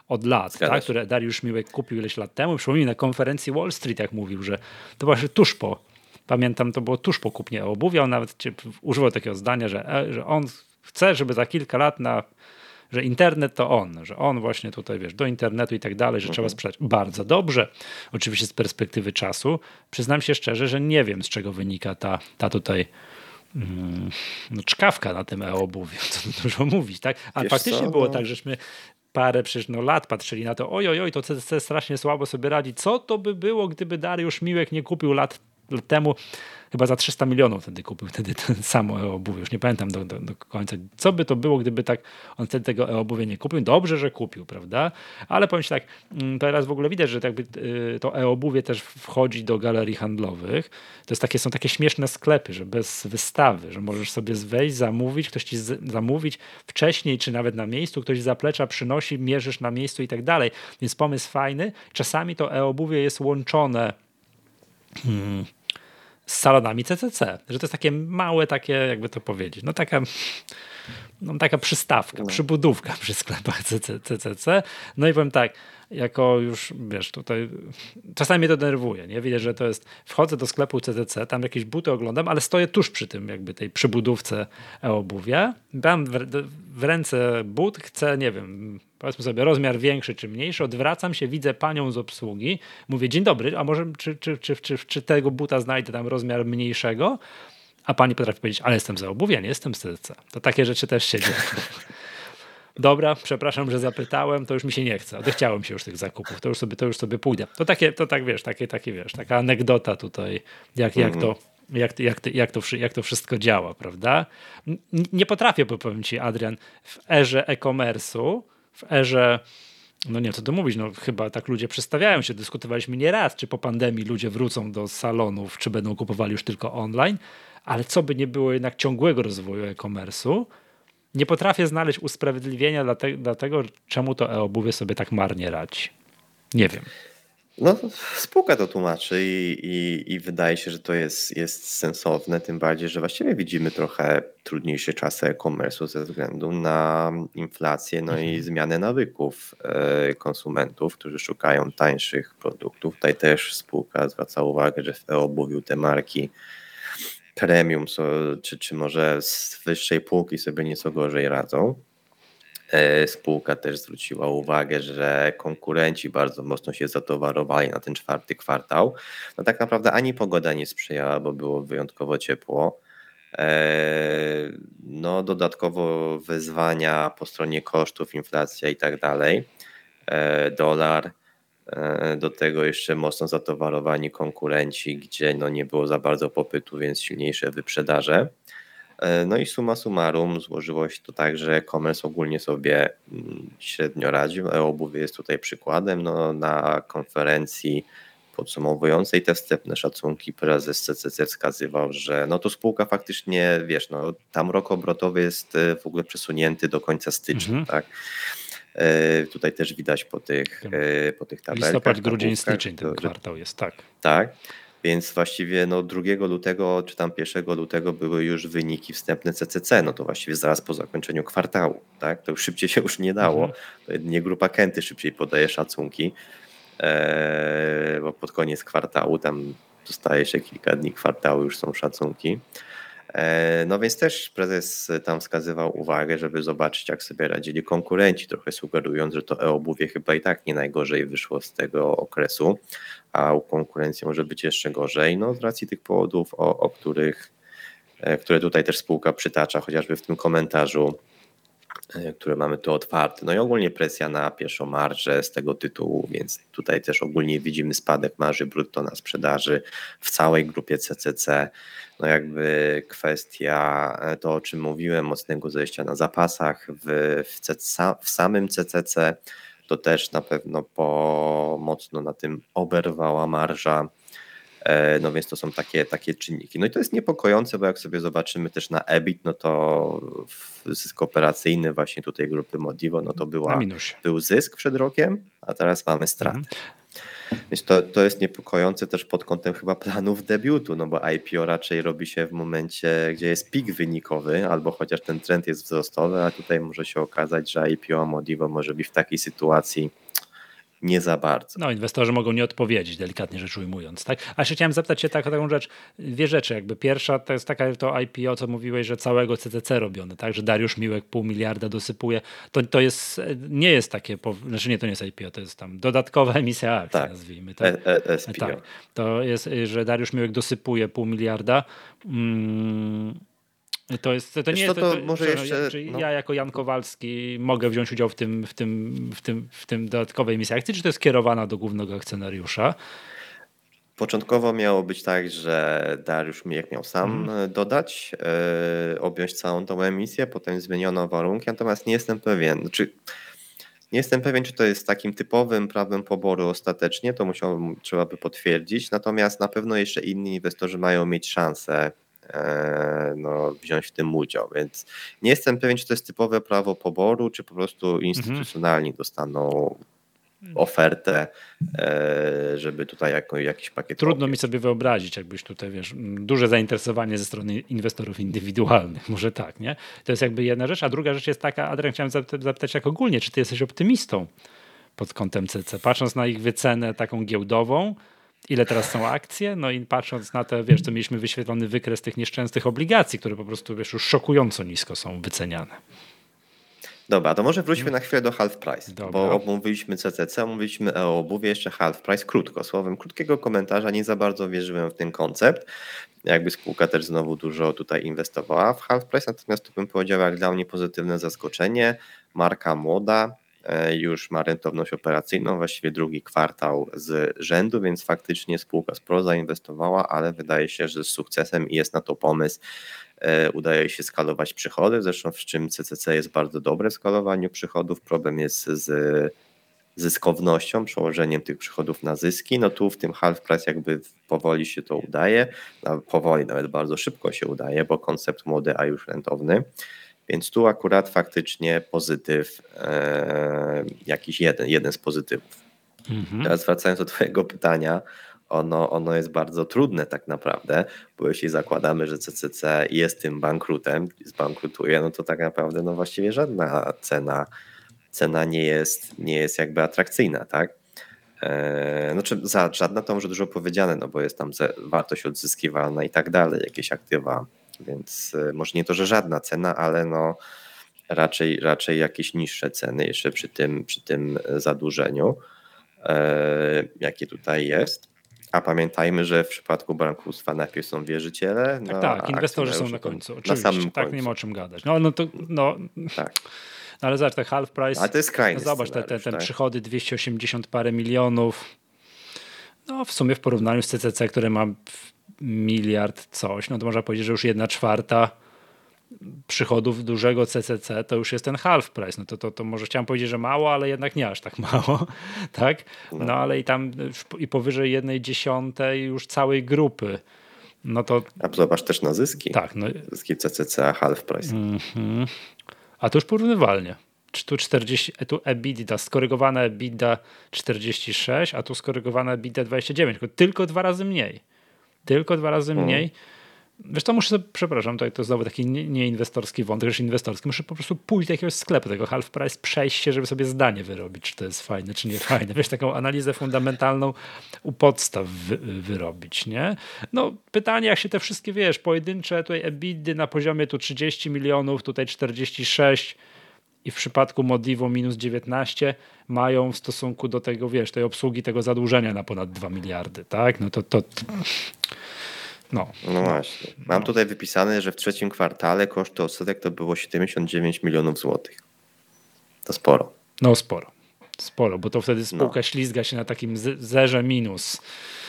od lat, tak? się. Które Dariusz Miłek kupił ileś lat temu. Przypomnij na konferencji Wall Street, jak mówił, że to właśnie tuż po, pamiętam, to było tuż po kupnie obuwia, on nawet używał takiego zdania, że, że on chce, żeby za kilka lat na że internet to on, że on właśnie tutaj, wiesz, do internetu i tak dalej, że mhm. trzeba sprzedać. Bardzo dobrze. Oczywiście z perspektywy czasu. Przyznam się szczerze, że nie wiem, z czego wynika ta, ta tutaj mm, no, czkawka na tym e-obuwiu. Co tu dużo mówić, tak? A wiesz faktycznie co? było no. tak, żeśmy parę przecież no, lat patrzyli na to, oj, oj, oj, to C C C strasznie słabo sobie radzi. Co to by było, gdyby Dariusz Miłek nie kupił lat temu, chyba za trzysta milionów wtedy kupił wtedy ten samo e-obuwie. Już nie pamiętam do, do, do końca. Co by to było, gdyby tak on wtedy tego e-obuwie nie kupił? Dobrze, że kupił, prawda? Ale powiem ci tak, teraz w ogóle widać, że jakby to e-obuwie też wchodzi do galerii handlowych. To jest takie, są takie śmieszne sklepy, że bez wystawy, że możesz sobie wejść, zamówić, ktoś ci z, zamówić wcześniej, czy nawet na miejscu, ktoś z zaplecza przynosi, mierzysz na miejscu i tak dalej. Więc pomysł fajny. Czasami to e-obuwie jest łączone hmm, z salonami C C C, że to jest takie małe, takie jakby to powiedzieć, no taka, no taka przystawka, no. przybudówka przy sklepach C C C. No i powiem tak, jako już, wiesz, tutaj czasami mnie to denerwuje, nie? Widzę, że to jest, wchodzę do sklepu C C C, tam jakieś buty oglądam, ale stoję tuż przy tym jakby tej przybudówce e-obuwia, dam w, w ręce but, chcę, nie wiem, powiedzmy sobie rozmiar większy czy mniejszy, odwracam się, widzę panią z obsługi, mówię dzień dobry, a może czy, czy, czy, czy, czy tego buta znajdę tam rozmiar mniejszego? A pani potrafi powiedzieć, ale jestem z e-obuwia, nie jestem z C C C. To takie rzeczy też się dzieją. Dobra, przepraszam, że zapytałem, to już mi się nie chce. Odechciałem się już tych zakupów, to już sobie, to już sobie pójdę. To takie, to tak wiesz, takie, takie wiesz, taka anegdota tutaj, jak, jak to Jak, jak, jak, to, jak to wszystko działa, prawda? Nie potrafię, bo powiem ci, Adrian, w erze e-commerce'u, w erze, no nie wiem co tu mówić, no chyba tak ludzie przestawiają się, dyskutowaliśmy nieraz, czy po pandemii ludzie wrócą do salonów, czy będą kupowali już tylko online, ale co by nie było jednak ciągłego rozwoju e-commerce'u, nie potrafię znaleźć usprawiedliwienia dla, te, dla tego, czemu to e-obuwie sobie tak marnie radzi. Nie wiem. No, spółka to tłumaczy i, i, i wydaje się, że to jest, jest sensowne, tym bardziej, że właściwie widzimy trochę trudniejsze czasy e-commerce'u ze względu na inflację, no mhm. i zmianę nawyków konsumentów, którzy szukają tańszych produktów. Tutaj też spółka zwraca uwagę, że w e-obuwiu te marki premium, czy, czy może z wyższej półki sobie nieco gorzej radzą. Spółka też zwróciła uwagę, że konkurenci bardzo mocno się zatowarowali na ten czwarty kwartał. No tak naprawdę ani pogoda nie sprzyjała, bo było wyjątkowo ciepło. No dodatkowo wyzwania po stronie kosztów, inflacja i tak dalej. Dolar. Do tego jeszcze mocno zatowarowani konkurenci, gdzie no nie było za bardzo popytu, więc silniejsze wyprzedaże. No i summa summarum złożyło się to tak, że e-commerce ogólnie sobie średnio radził. E-obuwie jest tutaj przykładem. No, na konferencji podsumowującej te wstępne szacunki prezes C C C wskazywał, że no to spółka faktycznie, wiesz, no tam rok obrotowy jest w ogóle przesunięty do końca stycznia, mhm. tak? Tutaj też widać po tych, po tych tabelkach. Listopad, grudzień, styczeń ten kwartał jest, tak. Tak. Więc właściwie no drugiego lutego czy tam pierwszego lutego były już wyniki wstępne C C C, no to właściwie zaraz po zakończeniu kwartału, tak? To już szybciej się już nie dało. Mhm. To jedynie grupa Kenty szybciej podaje szacunki, e, bo pod koniec kwartału tam zostaje jeszcze kilka dni kwartału, już są szacunki. E, no więc też prezes tam wskazywał uwagę, żeby zobaczyć, jak sobie radzili konkurenci, trochę sugerując, że to e-obuwie chyba i tak nie najgorzej wyszło z tego okresu, a u konkurencji może być jeszcze gorzej, no z racji tych powodów, o, o których, które tutaj też spółka przytacza, chociażby w tym komentarzu, które mamy tu otwarte. No i ogólnie presja na pierwszą marżę z tego tytułu, więc tutaj też ogólnie widzimy spadek marży brutto na sprzedaży w całej grupie C C C. No jakby kwestia, to o czym mówiłem, mocnego zejścia na zapasach w, w, C C C, w samym C C C, to też na pewno po, mocno na tym oberwała marża. No więc to są takie, takie czynniki. No i to jest niepokojące, bo jak sobie zobaczymy też na E B I T, no to zysk operacyjny właśnie tutaj grupy Modivo, no to była, był zysk przed rokiem, a teraz mamy stratę. Więc to, to jest niepokojące też pod kątem chyba planów debiutu, no bo I P O raczej robi się w momencie, gdzie jest pik wynikowy, albo chociaż ten trend jest wzrostowy, a tutaj może się okazać, że I P O Modivo może być w takiej sytuacji nie za bardzo. No, inwestorzy mogą nie odpowiedzieć, delikatnie rzecz ujmując, tak? A jeszcze chciałem zapytać cię tak, o taką rzecz, dwie rzeczy, jakby pierwsza to jest taka to I P O, co mówiłeś, że całego C C C robione, tak? Że Dariusz Miłek pół miliarda dosypuje, to, to jest, nie jest takie, znaczy nie, to nie jest I P O, to jest tam dodatkowa emisja akcji, tak. nazwijmy. Tak? E, e, S P O. Tak, to jest, że Dariusz Miłek dosypuje pół miliarda, mm, To jest, to nie to, jest, to, to, może to, jeszcze, czy no. ja jako Jan Kowalski mogę wziąć udział w tym, w tym, w tym, w tym dodatkowej emisji akcji, czy to jest kierowana do głównego akcjonariusza? Początkowo miało być tak, że Dariusz Mijek miał sam Mhm. dodać, yy, objąć całą tą emisję, potem zmieniono warunki, natomiast nie jestem pewien, znaczy nie jestem pewien, czy to jest takim typowym prawem poboru ostatecznie, to musiał, trzeba by potwierdzić, natomiast na pewno jeszcze inni inwestorzy mają mieć szansę no, wziąć w tym udział, więc nie jestem pewien, czy to jest typowe prawo poboru, czy po prostu instytucjonalni mhm. dostaną ofertę, żeby tutaj jako, jakiś pakiet Trudno objąć. mi sobie wyobrazić, jakbyś tutaj, wiesz, duże zainteresowanie ze strony inwestorów indywidualnych, może tak, nie? To jest jakby jedna rzecz, a druga rzecz jest taka, Adrian, chciałem zapytać jak ogólnie, czy ty jesteś optymistą pod kątem C C, patrząc na ich wycenę taką giełdową, ile teraz są akcje, no i patrząc na te, wiesz, co mieliśmy wyświetlony wykres tych nieszczęsnych obligacji, które po prostu, wiesz, już szokująco nisko są wyceniane. Dobra, to może wróćmy na chwilę do half price, Dobra. bo omówiliśmy C C C, omówiliśmy e-obuwie, jeszcze half price krótko. Słowem krótkiego komentarza, nie za bardzo wierzyłem w ten koncept. Jakby spółka też znowu dużo tutaj inwestowała w half price, natomiast tu bym powiedział, jak dla mnie pozytywne zaskoczenie. Marka młoda, już ma rentowność operacyjną, właściwie drugi kwartał z rzędu, więc faktycznie spółka sporo zainwestowała, ale wydaje się, że z sukcesem i jest na to pomysł. Udaje się skalować przychody, zresztą w czym C C C jest bardzo dobre w skalowaniu przychodów. Problem jest z zyskownością, przełożeniem tych przychodów na zyski. No tu w tym half price jakby powoli się to udaje, no, powoli nawet bardzo szybko się udaje, bo koncept młody, a już rentowny. Więc tu akurat faktycznie pozytyw, e, jakiś jeden, jeden z pozytywów. Mhm. Teraz wracając do twojego pytania, ono, ono jest bardzo trudne tak naprawdę, bo jeśli zakładamy, że C C C jest tym bankrutem, zbankrutuje, no to tak naprawdę no właściwie żadna cena, cena nie jest, nie jest jakby atrakcyjna, tak? E, znaczy za, żadna to może dużo powiedziane, no bo jest tam wartość odzyskiwalna i tak dalej, jakieś aktywa. Więc może nie to, że żadna cena, ale no raczej, raczej jakieś niższe ceny jeszcze przy tym, przy tym zadłużeniu, e, jakie tutaj jest. A pamiętajmy, że w przypadku bankructwa najpierw są wierzyciele. Tak, no, tak, inwestorzy są na końcu. Oczywiście, na samym tak, końcu. nie ma o czym gadać. No, no to, no, tak. No, ale zobacz, te half price, ale to jest skrajny no, zobacz, te, te, te tak? przychody dwieście osiemdziesiąt parę milionów, no w sumie w porównaniu z C C C, które ma miliard coś, no to można powiedzieć, że już jedna czwarta przychodów dużego C C C to już jest ten half price. No to, to, to może chciałem powiedzieć, że mało, ale jednak nie aż tak mało, tak? No, no ale i tam i powyżej jednej dziesiątej już całej grupy. No to... A zobacz też na zyski. Tak. No... Zyski C C C, half price. Mm-hmm. A to już porównywalnie. Tu czterdzieści, tu EBITDA, skorygowana EBITDA czterdzieści sześć, a tu skorygowana EBITDA dwadzieścia dziewięć, tylko, tylko dwa razy mniej. Tylko dwa razy mniej. Mm. Wiesz, to muszę sobie, przepraszam, to, to znowu taki nieinwestorski nie wątek, że inwestorski. Muszę po prostu pójść do jakiegoś sklepu, tego half price, przejść się, żeby sobie zdanie wyrobić, czy to jest fajne, czy nie fajne. Wiesz, taką analizę fundamentalną u podstaw wy, wyrobić, nie? No, pytanie, jak się te wszystkie, wiesz, pojedyncze tutaj EBITDA na poziomie tu trzydzieści milionów, tutaj czterdzieści sześć i w przypadku Modivo minus dziewiętnaście mają w stosunku do tego, wiesz, tej obsługi tego zadłużenia na ponad dwa miliardy, tak? No to... to, to... No. no właśnie. Mam no. tutaj wypisane, że w trzecim kwartale koszty odsetek to było siedemdziesiąt dziewięć milionów złotych. To sporo. No sporo. Sporo, bo to wtedy spółka no. ślizga się na takim zerze minus.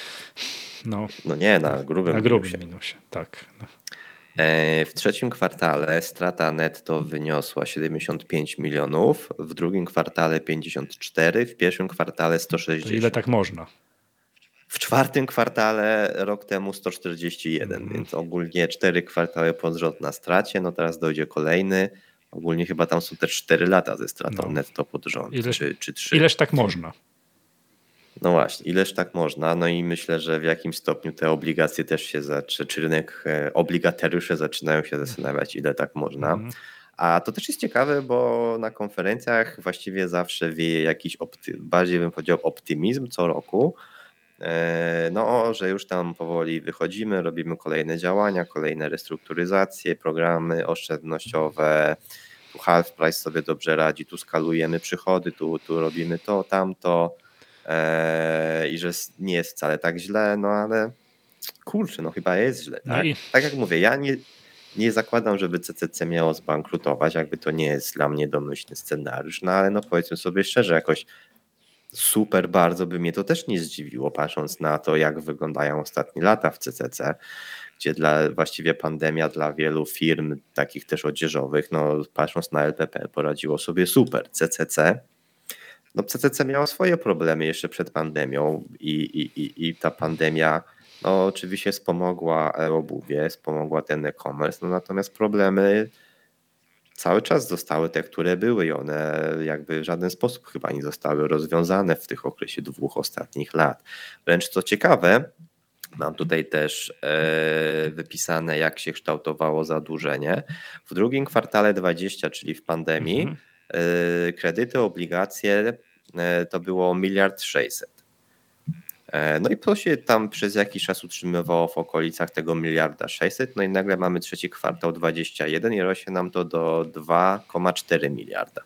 No, no nie, na grubym, na grubym minusie. minusie. Tak. No. W trzecim kwartale strata netto wyniosła siedemdziesiąt pięć milionów, w drugim kwartale pięćdziesiąt cztery, w pierwszym kwartale sto sześćdziesiąt. To ile tak można? W czwartym kwartale rok temu sto czterdzieści jeden, mm. więc ogólnie cztery kwartały pod rząd na stracie, no teraz dojdzie kolejny. Ogólnie chyba tam są też cztery lata ze stratą no. netto pod rząd, ileż, czy, czy trzy. Ileż tak można? No właśnie, ileż tak można? No i myślę, że w jakimś stopniu te obligacje też się, czy, czy rynek e, obligatariusze zaczynają się zastanawiać, ile tak można. Mhm. A to też jest ciekawe, bo na konferencjach właściwie zawsze wieje jakiś, opty- bardziej bym powiedział, optymizm co roku. E, No, że już tam powoli wychodzimy, robimy kolejne działania, kolejne restrukturyzacje, programy oszczędnościowe. Tu Half Price sobie dobrze radzi, tu skalujemy przychody, tu, tu robimy to, tamto. E, I że nie jest wcale tak źle, no ale kurczę, no chyba jest źle, No tak? i Tak jak mówię, ja nie, nie zakładam, żeby C C C miało zbankrutować, jakby to nie jest dla mnie domyślny scenariusz, no ale no powiedzmy sobie szczerze, jakoś super bardzo by mnie to też nie zdziwiło, patrząc na to, jak wyglądają ostatnie lata w C C C, gdzie dla właściwie pandemia dla wielu firm, takich też odzieżowych, no patrząc na L P P, poradziło sobie super. C C C, no C C C miało swoje problemy jeszcze przed pandemią i, i, i, i ta pandemia no oczywiście wspomogła e-obuwie, wspomogła ten e-commerce, no natomiast problemy cały czas zostały te, które były i one jakby w żaden sposób chyba nie zostały rozwiązane w tych okresie dwóch ostatnich lat. Wręcz co ciekawe, mam tutaj też e, wypisane, jak się kształtowało zadłużenie. W drugim kwartale dwudziestym, czyli w pandemii, mhm. e, kredyty, obligacje e, to było miliard sześćset. E, No i to się tam przez jakiś czas utrzymywało w okolicach tego miliarda sześćset, no i nagle mamy trzeci kwartał dwudziesty jeden i rośnie nam to do dwa przecinek cztery miliarda.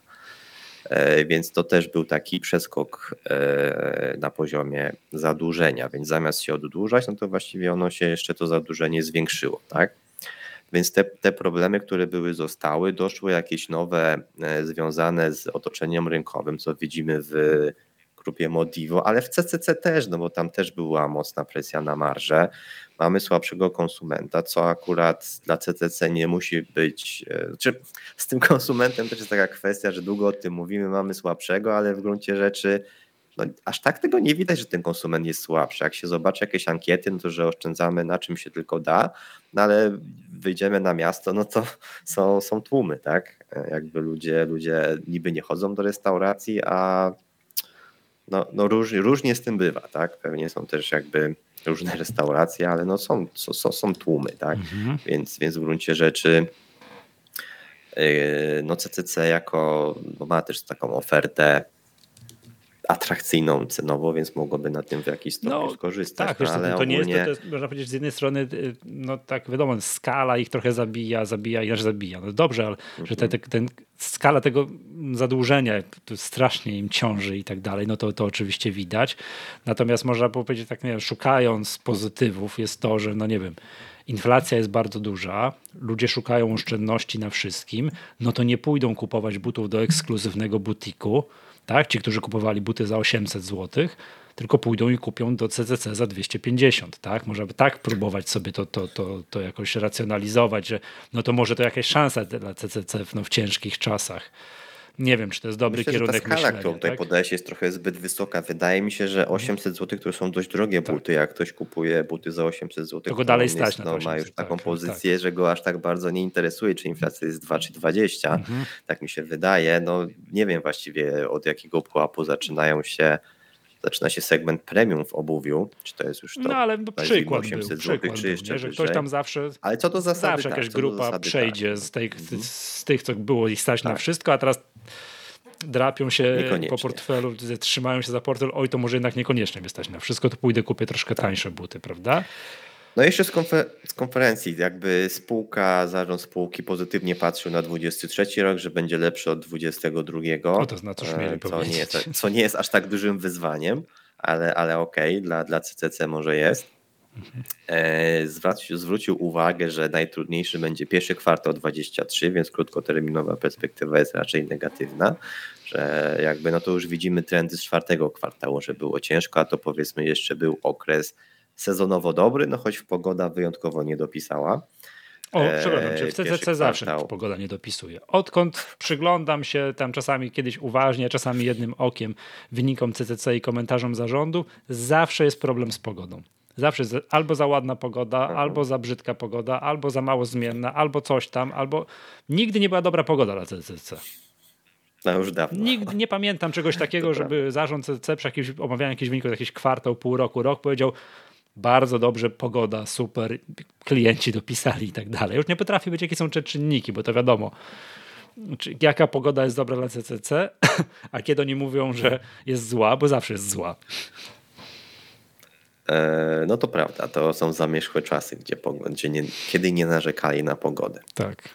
E, Więc to też był taki przeskok e, na poziomie zadłużenia, więc zamiast się oddłużać, no to właściwie ono się jeszcze to zadłużenie zwiększyło, tak? Więc te, te problemy, które były, zostały, doszły jakieś nowe e, związane z otoczeniem rynkowym, co widzimy w grupie Modivo, ale w C C C też, no bo tam też była mocna presja na marżę. Mamy słabszego konsumenta, co akurat dla C C C nie musi być. Znaczy, z tym konsumentem też jest taka kwestia, że długo o tym mówimy, mamy słabszego, ale w gruncie rzeczy no, aż tak tego nie widać, że ten konsument jest słabszy. Jak się zobaczy jakieś ankiety, no to że oszczędzamy na czym się tylko da, no ale wyjdziemy na miasto, no to są, są tłumy, tak? Jakby ludzie, ludzie niby nie chodzą do restauracji, a no, no róż, różnie z tym bywa, tak? Pewnie są też jakby różne restauracje, ale no są, są, są tłumy, tak? Mhm. Więc, więc w gruncie rzeczy yy, no C C C jako no ma też taką ofertę atrakcyjną cenowo, więc mogłoby na tym w jakiś stopniu No skorzystać. tak, No, wiesz, to, ale to nie jest, to, ogólnie to jest, można powiedzieć, z jednej strony, y, no tak wiadomo, skala ich trochę zabija, zabija, inaczej zabija. No dobrze, ale mhm. że te, te, ten, skala tego zadłużenia to strasznie im ciąży i tak dalej, no to, to oczywiście widać. Natomiast można powiedzieć tak, nie wiem, szukając pozytywów jest to, że no nie wiem, inflacja jest bardzo duża, ludzie szukają oszczędności na wszystkim, no to nie pójdą kupować butów do ekskluzywnego butiku, tak? Ci, którzy kupowali buty za osiemset złotych, tylko pójdą i kupią do C C C za dwieście pięćdziesiąt, tak? Można by tak próbować sobie to, to, to, to jakoś racjonalizować, że no to może to jakaś szansa dla C C C no, w ciężkich czasach. Nie wiem, czy to jest dobry Myślę, kierunek że ta skala, myślenia. którą tutaj tak? podajesz, jest trochę zbyt wysoka. Wydaje mi się, że osiemset złotych, które są dość drogie Tak. buty, jak ktoś kupuje buty za osiemset złotych, To go dalej on stać jest, na no, to ma już osiemset, taką tak, pozycję, że go aż tak bardzo nie interesuje, czy inflacja jest dwa czy dwadzieścia. Mhm. Tak mi się wydaje. No nie wiem właściwie od jakiego pułapu zaczynają się zaczyna się segment premium w obuwiu, czy to jest już to No ale no, przykład był, osiemset przykład złotych, czy był, jeszcze nie? Że ktoś wyżej. tam zawsze, Ale co do zasady, zawsze tak, jakaś co do grupa zasady, przejdzie tak. z, tych, Mhm. z tych, co było ich stać na Tak. wszystko, a teraz drapią się Niekoniecznie. po portfelu, trzymają się za portfel, oj to może jednak niekoniecznie mnie stać na wszystko, to pójdę kupię troszkę tańsze buty, prawda? No i jeszcze z, konfer- z konferencji, jakby spółka, zarząd spółki pozytywnie patrzył na dwudziesty trzeci rok, że będzie lepszy od dwudziestego drugiego, O, to na co śmieli e, co, powiedzieć. nie jest, co nie jest aż tak dużym wyzwaniem, ale, ale okej, okay, dla, dla C C C może jest. E, zwrócił, zwrócił uwagę, że najtrudniejszy będzie pierwszy kwartał dwudziesty trzeci, więc krótkoterminowa perspektywa jest raczej negatywna, że jakby no to już widzimy trendy z czwartego kwartału, że było ciężko, a to powiedzmy jeszcze był okres sezonowo dobry, no choć pogoda wyjątkowo nie dopisała. O, przepraszam cię, w C C C zawsze kwartał. pogoda nie dopisuje. Odkąd przyglądam się tam czasami kiedyś uważnie, czasami jednym okiem wynikom C C C i komentarzom zarządu, zawsze jest problem z pogodą. Zawsze jest albo za ładna pogoda, Aha. albo za brzydka pogoda, albo za mało zmienna, albo coś tam, albo nigdy nie była dobra pogoda dla C C C. No już dawno. Nikt, nie pamiętam czegoś takiego, żeby prawda. zarząd C C C przy jakimś omawianiu jakichś wyników, jakiś kwartał, pół roku, rok powiedział bardzo dobrze, pogoda, super, klienci dopisali i tak dalej. Już nie potrafię być, jakie są czynniki, bo to wiadomo, jaka pogoda jest dobra dla C C C, a kiedy oni mówią, że jest zła, bo zawsze jest zła. No to prawda, to są zamierzchłe czasy, gdzie, gdzie nie, kiedy nie narzekali na pogodę. Tak.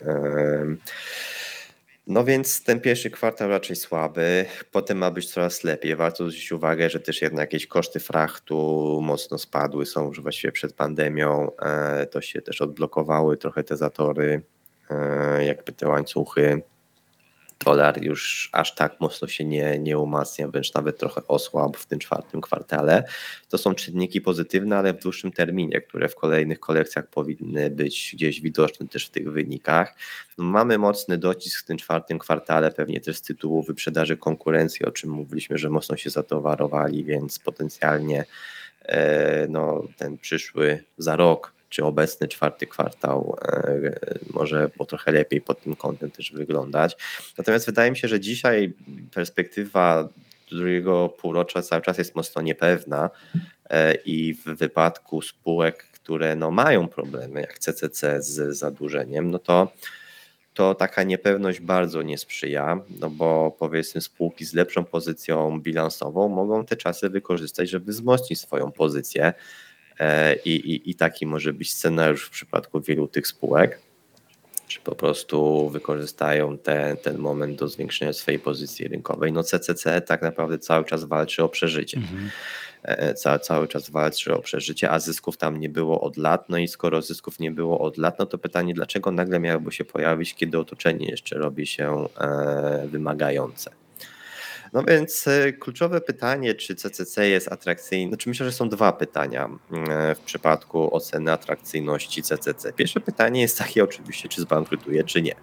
No więc ten pierwszy kwartał raczej słaby, potem ma być coraz lepiej. Warto zwrócić uwagę, że też jednak jakieś koszty frachtu mocno spadły, są już właściwie przed pandemią, to się też odblokowały trochę te zatory, jakby te łańcuchy. Dolar już aż tak mocno się nie, nie umacnia, wręcz nawet trochę osłabł w tym czwartym kwartale. To są czynniki pozytywne, ale w dłuższym terminie, które w kolejnych kolekcjach powinny być gdzieś widoczne też w tych wynikach. No, mamy mocny docisk w tym czwartym kwartale, pewnie też z tytułu wyprzedaży konkurencji, o czym mówiliśmy, że mocno się zatowarowali, więc potencjalnie e, no, ten przyszły za rok czy obecny czwarty kwartał może po trochę lepiej pod tym kątem też wyglądać. Natomiast wydaje mi się, że dzisiaj perspektywa drugiego półrocza cały czas jest mocno niepewna i w wypadku spółek, które no mają problemy, jak C C C z zadłużeniem, no to to taka niepewność bardzo nie sprzyja, no bo powiedzmy spółki z lepszą pozycją bilansową mogą te czasy wykorzystać, żeby wzmocnić swoją pozycję. I, i, I taki może być scenariusz w przypadku wielu tych spółek, czy po prostu wykorzystają te, ten moment do zwiększenia swojej pozycji rynkowej. No C C C tak naprawdę cały czas walczy o przeżycie. Mhm. Ca, cały czas walczy o przeżycie, a zysków tam nie było od lat. No i skoro zysków nie było od lat, no to pytanie, dlaczego nagle miałoby się pojawić, kiedy otoczenie jeszcze robi się e, wymagające. No więc kluczowe pytanie, czy C C C jest atrakcyjny, znaczy myślę, że są dwa pytania w przypadku oceny atrakcyjności C C C. Pierwsze pytanie jest takie oczywiście, czy zbankrutuje, czy nie.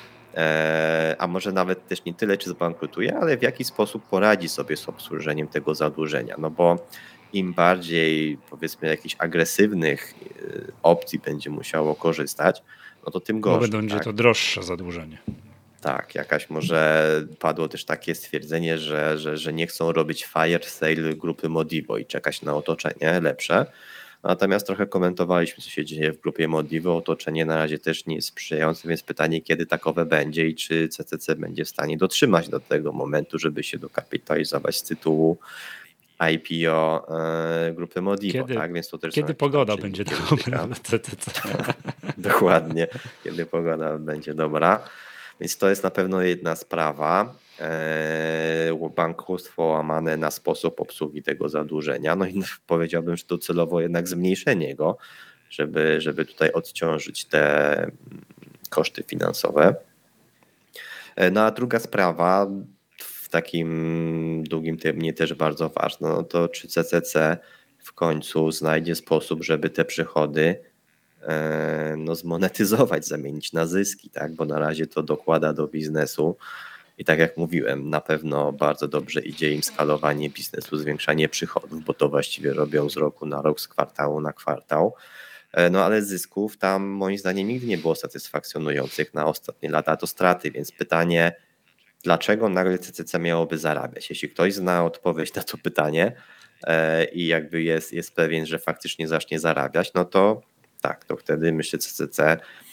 A może nawet też nie tyle, czy zbankrutuje, ale w jaki sposób poradzi sobie z obsłużeniem tego zadłużenia. No bo im bardziej powiedzmy jakichś agresywnych opcji będzie musiało korzystać, no to tym gorzej. Bo będzie tak? to droższe zadłużenie. Tak, jakaś może padło też takie stwierdzenie, że, że, że nie chcą robić fire sale grupy Modivo i czekać na otoczenie lepsze. Natomiast trochę komentowaliśmy, co się dzieje w grupie Modivo. Otoczenie na razie też nie jest sprzyjające, więc pytanie, kiedy takowe będzie i czy C C C będzie w stanie dotrzymać do tego momentu, żeby się dokapitalizować z tytułu I P O e, grupy Modivo. Kiedy, tak? Więc to też kiedy pogoda będzie dobra dla C C C. Dokładnie, kiedy pogoda będzie dobra. Więc to jest na pewno jedna sprawa. Bankructwo łamane na sposób obsługi tego zadłużenia. No i powiedziałbym, że docelowo jednak zmniejszenie go, żeby, żeby tutaj odciążyć te koszty finansowe. No a druga sprawa, w takim długim terminie też bardzo ważna, no to czy C C C w końcu znajdzie sposób, żeby te przychody no, zmonetyzować, zamienić na zyski, tak? Bo na razie to dokłada do biznesu i tak jak mówiłem, na pewno bardzo dobrze idzie im skalowanie biznesu, zwiększanie przychodów, bo to właściwie robią z roku na rok, z kwartału na kwartał, no ale zysków tam moim zdaniem nigdy nie było satysfakcjonujących na ostatnie lata, to straty, więc pytanie, dlaczego nagle C C C miałoby zarabiać? Jeśli ktoś zna odpowiedź na to pytanie i jakby jest, jest pewien, że faktycznie zacznie zarabiać, no to tak, to wtedy myślę C C C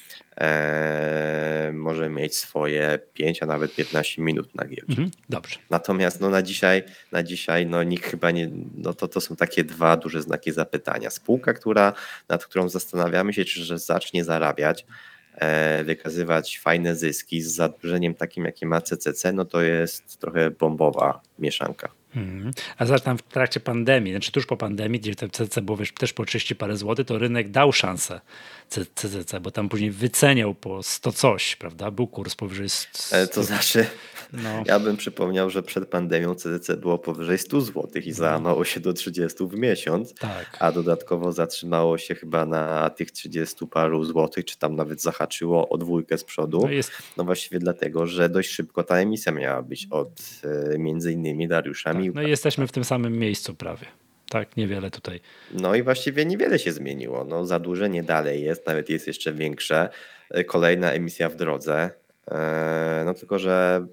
e, może mieć swoje pięć, a nawet piętnaście minut na giełdzie. Mhm, dobrze. Natomiast no, na dzisiaj, na dzisiaj no, nikt chyba nie, no to, to są takie dwa duże znaki zapytania. Spółka, która, nad którą zastanawiamy się, czy że zacznie zarabiać, e, wykazywać fajne zyski z zadłużeniem takim, jakie ma C C C, no to jest trochę bombowa mieszanka. Hmm. A zaś tam w trakcie pandemii, znaczy tuż po pandemii, gdzie te C C C było wiesz, też po trzydzieści parę złotych, to rynek dał szansę C C C, bo tam później wyceniał po sto coś, prawda? Był kurs powyżej sto. To znaczy, no. Ja bym przypomniał, że przed pandemią C C C było powyżej sto złotych i załamało się do trzydziestu w miesiąc, tak. A dodatkowo zatrzymało się chyba na tych trzydziestu paru złotych, czy tam nawet zahaczyło o dwójkę z przodu. No, jest... no właściwie dlatego, że dość szybko ta emisja miała być od między innymi Dariusza tak. Miłka. No i jesteśmy w tym samym miejscu prawie. Tak, niewiele tutaj. No i właściwie niewiele się zmieniło. No, zadłużenie dalej jest, nawet jest jeszcze większe. Kolejna emisja w drodze. No tylko, że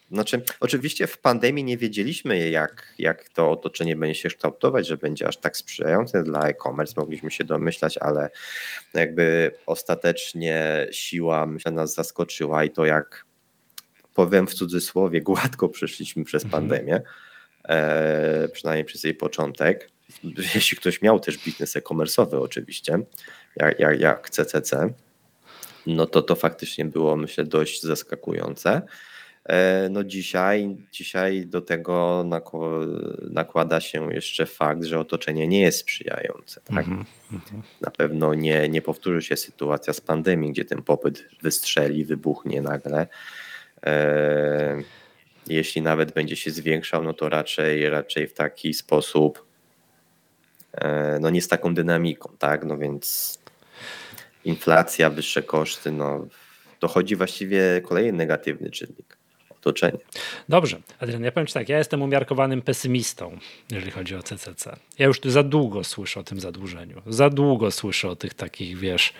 Znaczy, oczywiście w pandemii nie wiedzieliśmy, jak, jak to otoczenie będzie się kształtować, że będzie aż tak sprzyjające dla e-commerce. Mogliśmy się domyślać, ale jakby ostatecznie siła, myślę, nas zaskoczyła i to, jak powiem w cudzysłowie, gładko przeszliśmy przez pandemię, e, przynajmniej przez jej początek. Jeśli ktoś miał też biznes e-commerce'owy oczywiście, jak, jak, jak C C C, no to to faktycznie było, myślę, dość zaskakujące. No dzisiaj, dzisiaj do tego nakłada się jeszcze fakt, że otoczenie nie jest sprzyjające. Tak? Mm-hmm. Na pewno nie, nie powtórzy się sytuacja z pandemii, gdzie ten popyt wystrzeli, wybuchnie nagle. E, jeśli nawet będzie się zwiększał, no to raczej, raczej w taki sposób, e, no nie z taką dynamiką, tak? No więc inflacja, wyższe koszty, no dochodzi właściwie kolejny negatywny czynnik. Otoczenie. Dobrze, Adrian, ja powiem Ci tak, ja jestem umiarkowanym pesymistą, jeżeli chodzi o C C C. Ja już za długo słyszę o tym zadłużeniu, za długo słyszę o tych takich, wiesz,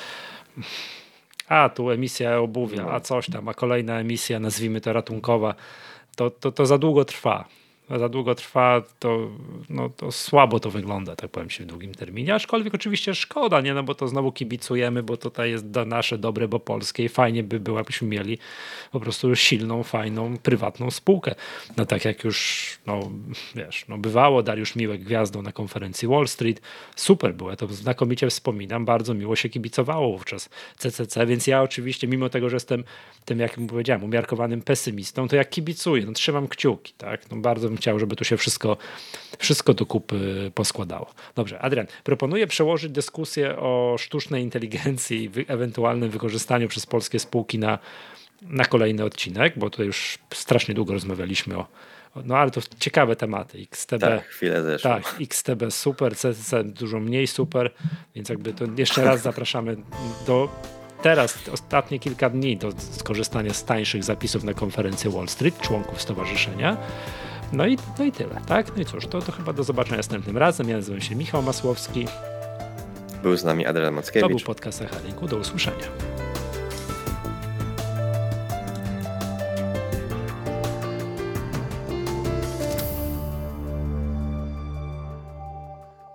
a tu emisja obuwia, a coś tam, a kolejna emisja, nazwijmy to ratunkowa, to, to, to za długo trwa. Za długo trwa, to, no, to słabo to wygląda, tak powiem się w długim terminie, aczkolwiek oczywiście szkoda, nie, no bo to znowu kibicujemy, bo tutaj jest nasze dobre, bo polskie i fajnie by było, jakbyśmy mieli po prostu silną, fajną, prywatną spółkę. No tak jak już, no wiesz, no bywało, Dariusz Miłek gwiazdą na konferencji Wall Street, super było, ja to znakomicie wspominam, bardzo miło się kibicowało wówczas C C C, więc ja oczywiście, mimo tego, że jestem tym, jak powiedziałem, umiarkowanym pesymistą, to jak kibicuję, no trzymam kciuki, tak, no bardzo chciał, żeby tu się wszystko, wszystko do kupy poskładało. Dobrze, Adrian, proponuję przełożyć dyskusję o sztucznej inteligencji i wy, ewentualnym wykorzystaniu przez polskie spółki na, na kolejny odcinek, bo tutaj już strasznie długo rozmawialiśmy o, no ale to ciekawe tematy. X T B, tak, chwilę zeszło. Tak, X T B super, C C C dużo mniej super, więc jakby to jeszcze raz zapraszamy do teraz, ostatnie kilka dni do skorzystania z tańszych zapisów na konferencję Wall Street, członków stowarzyszenia. No i, no i tyle, tak? No i cóż, to, to chyba do zobaczenia następnym razem. Ja nazywam się Michał Masłowski. Był z nami Adrian Mackiewicz. To był podcast Echa Rynku. Do usłyszenia.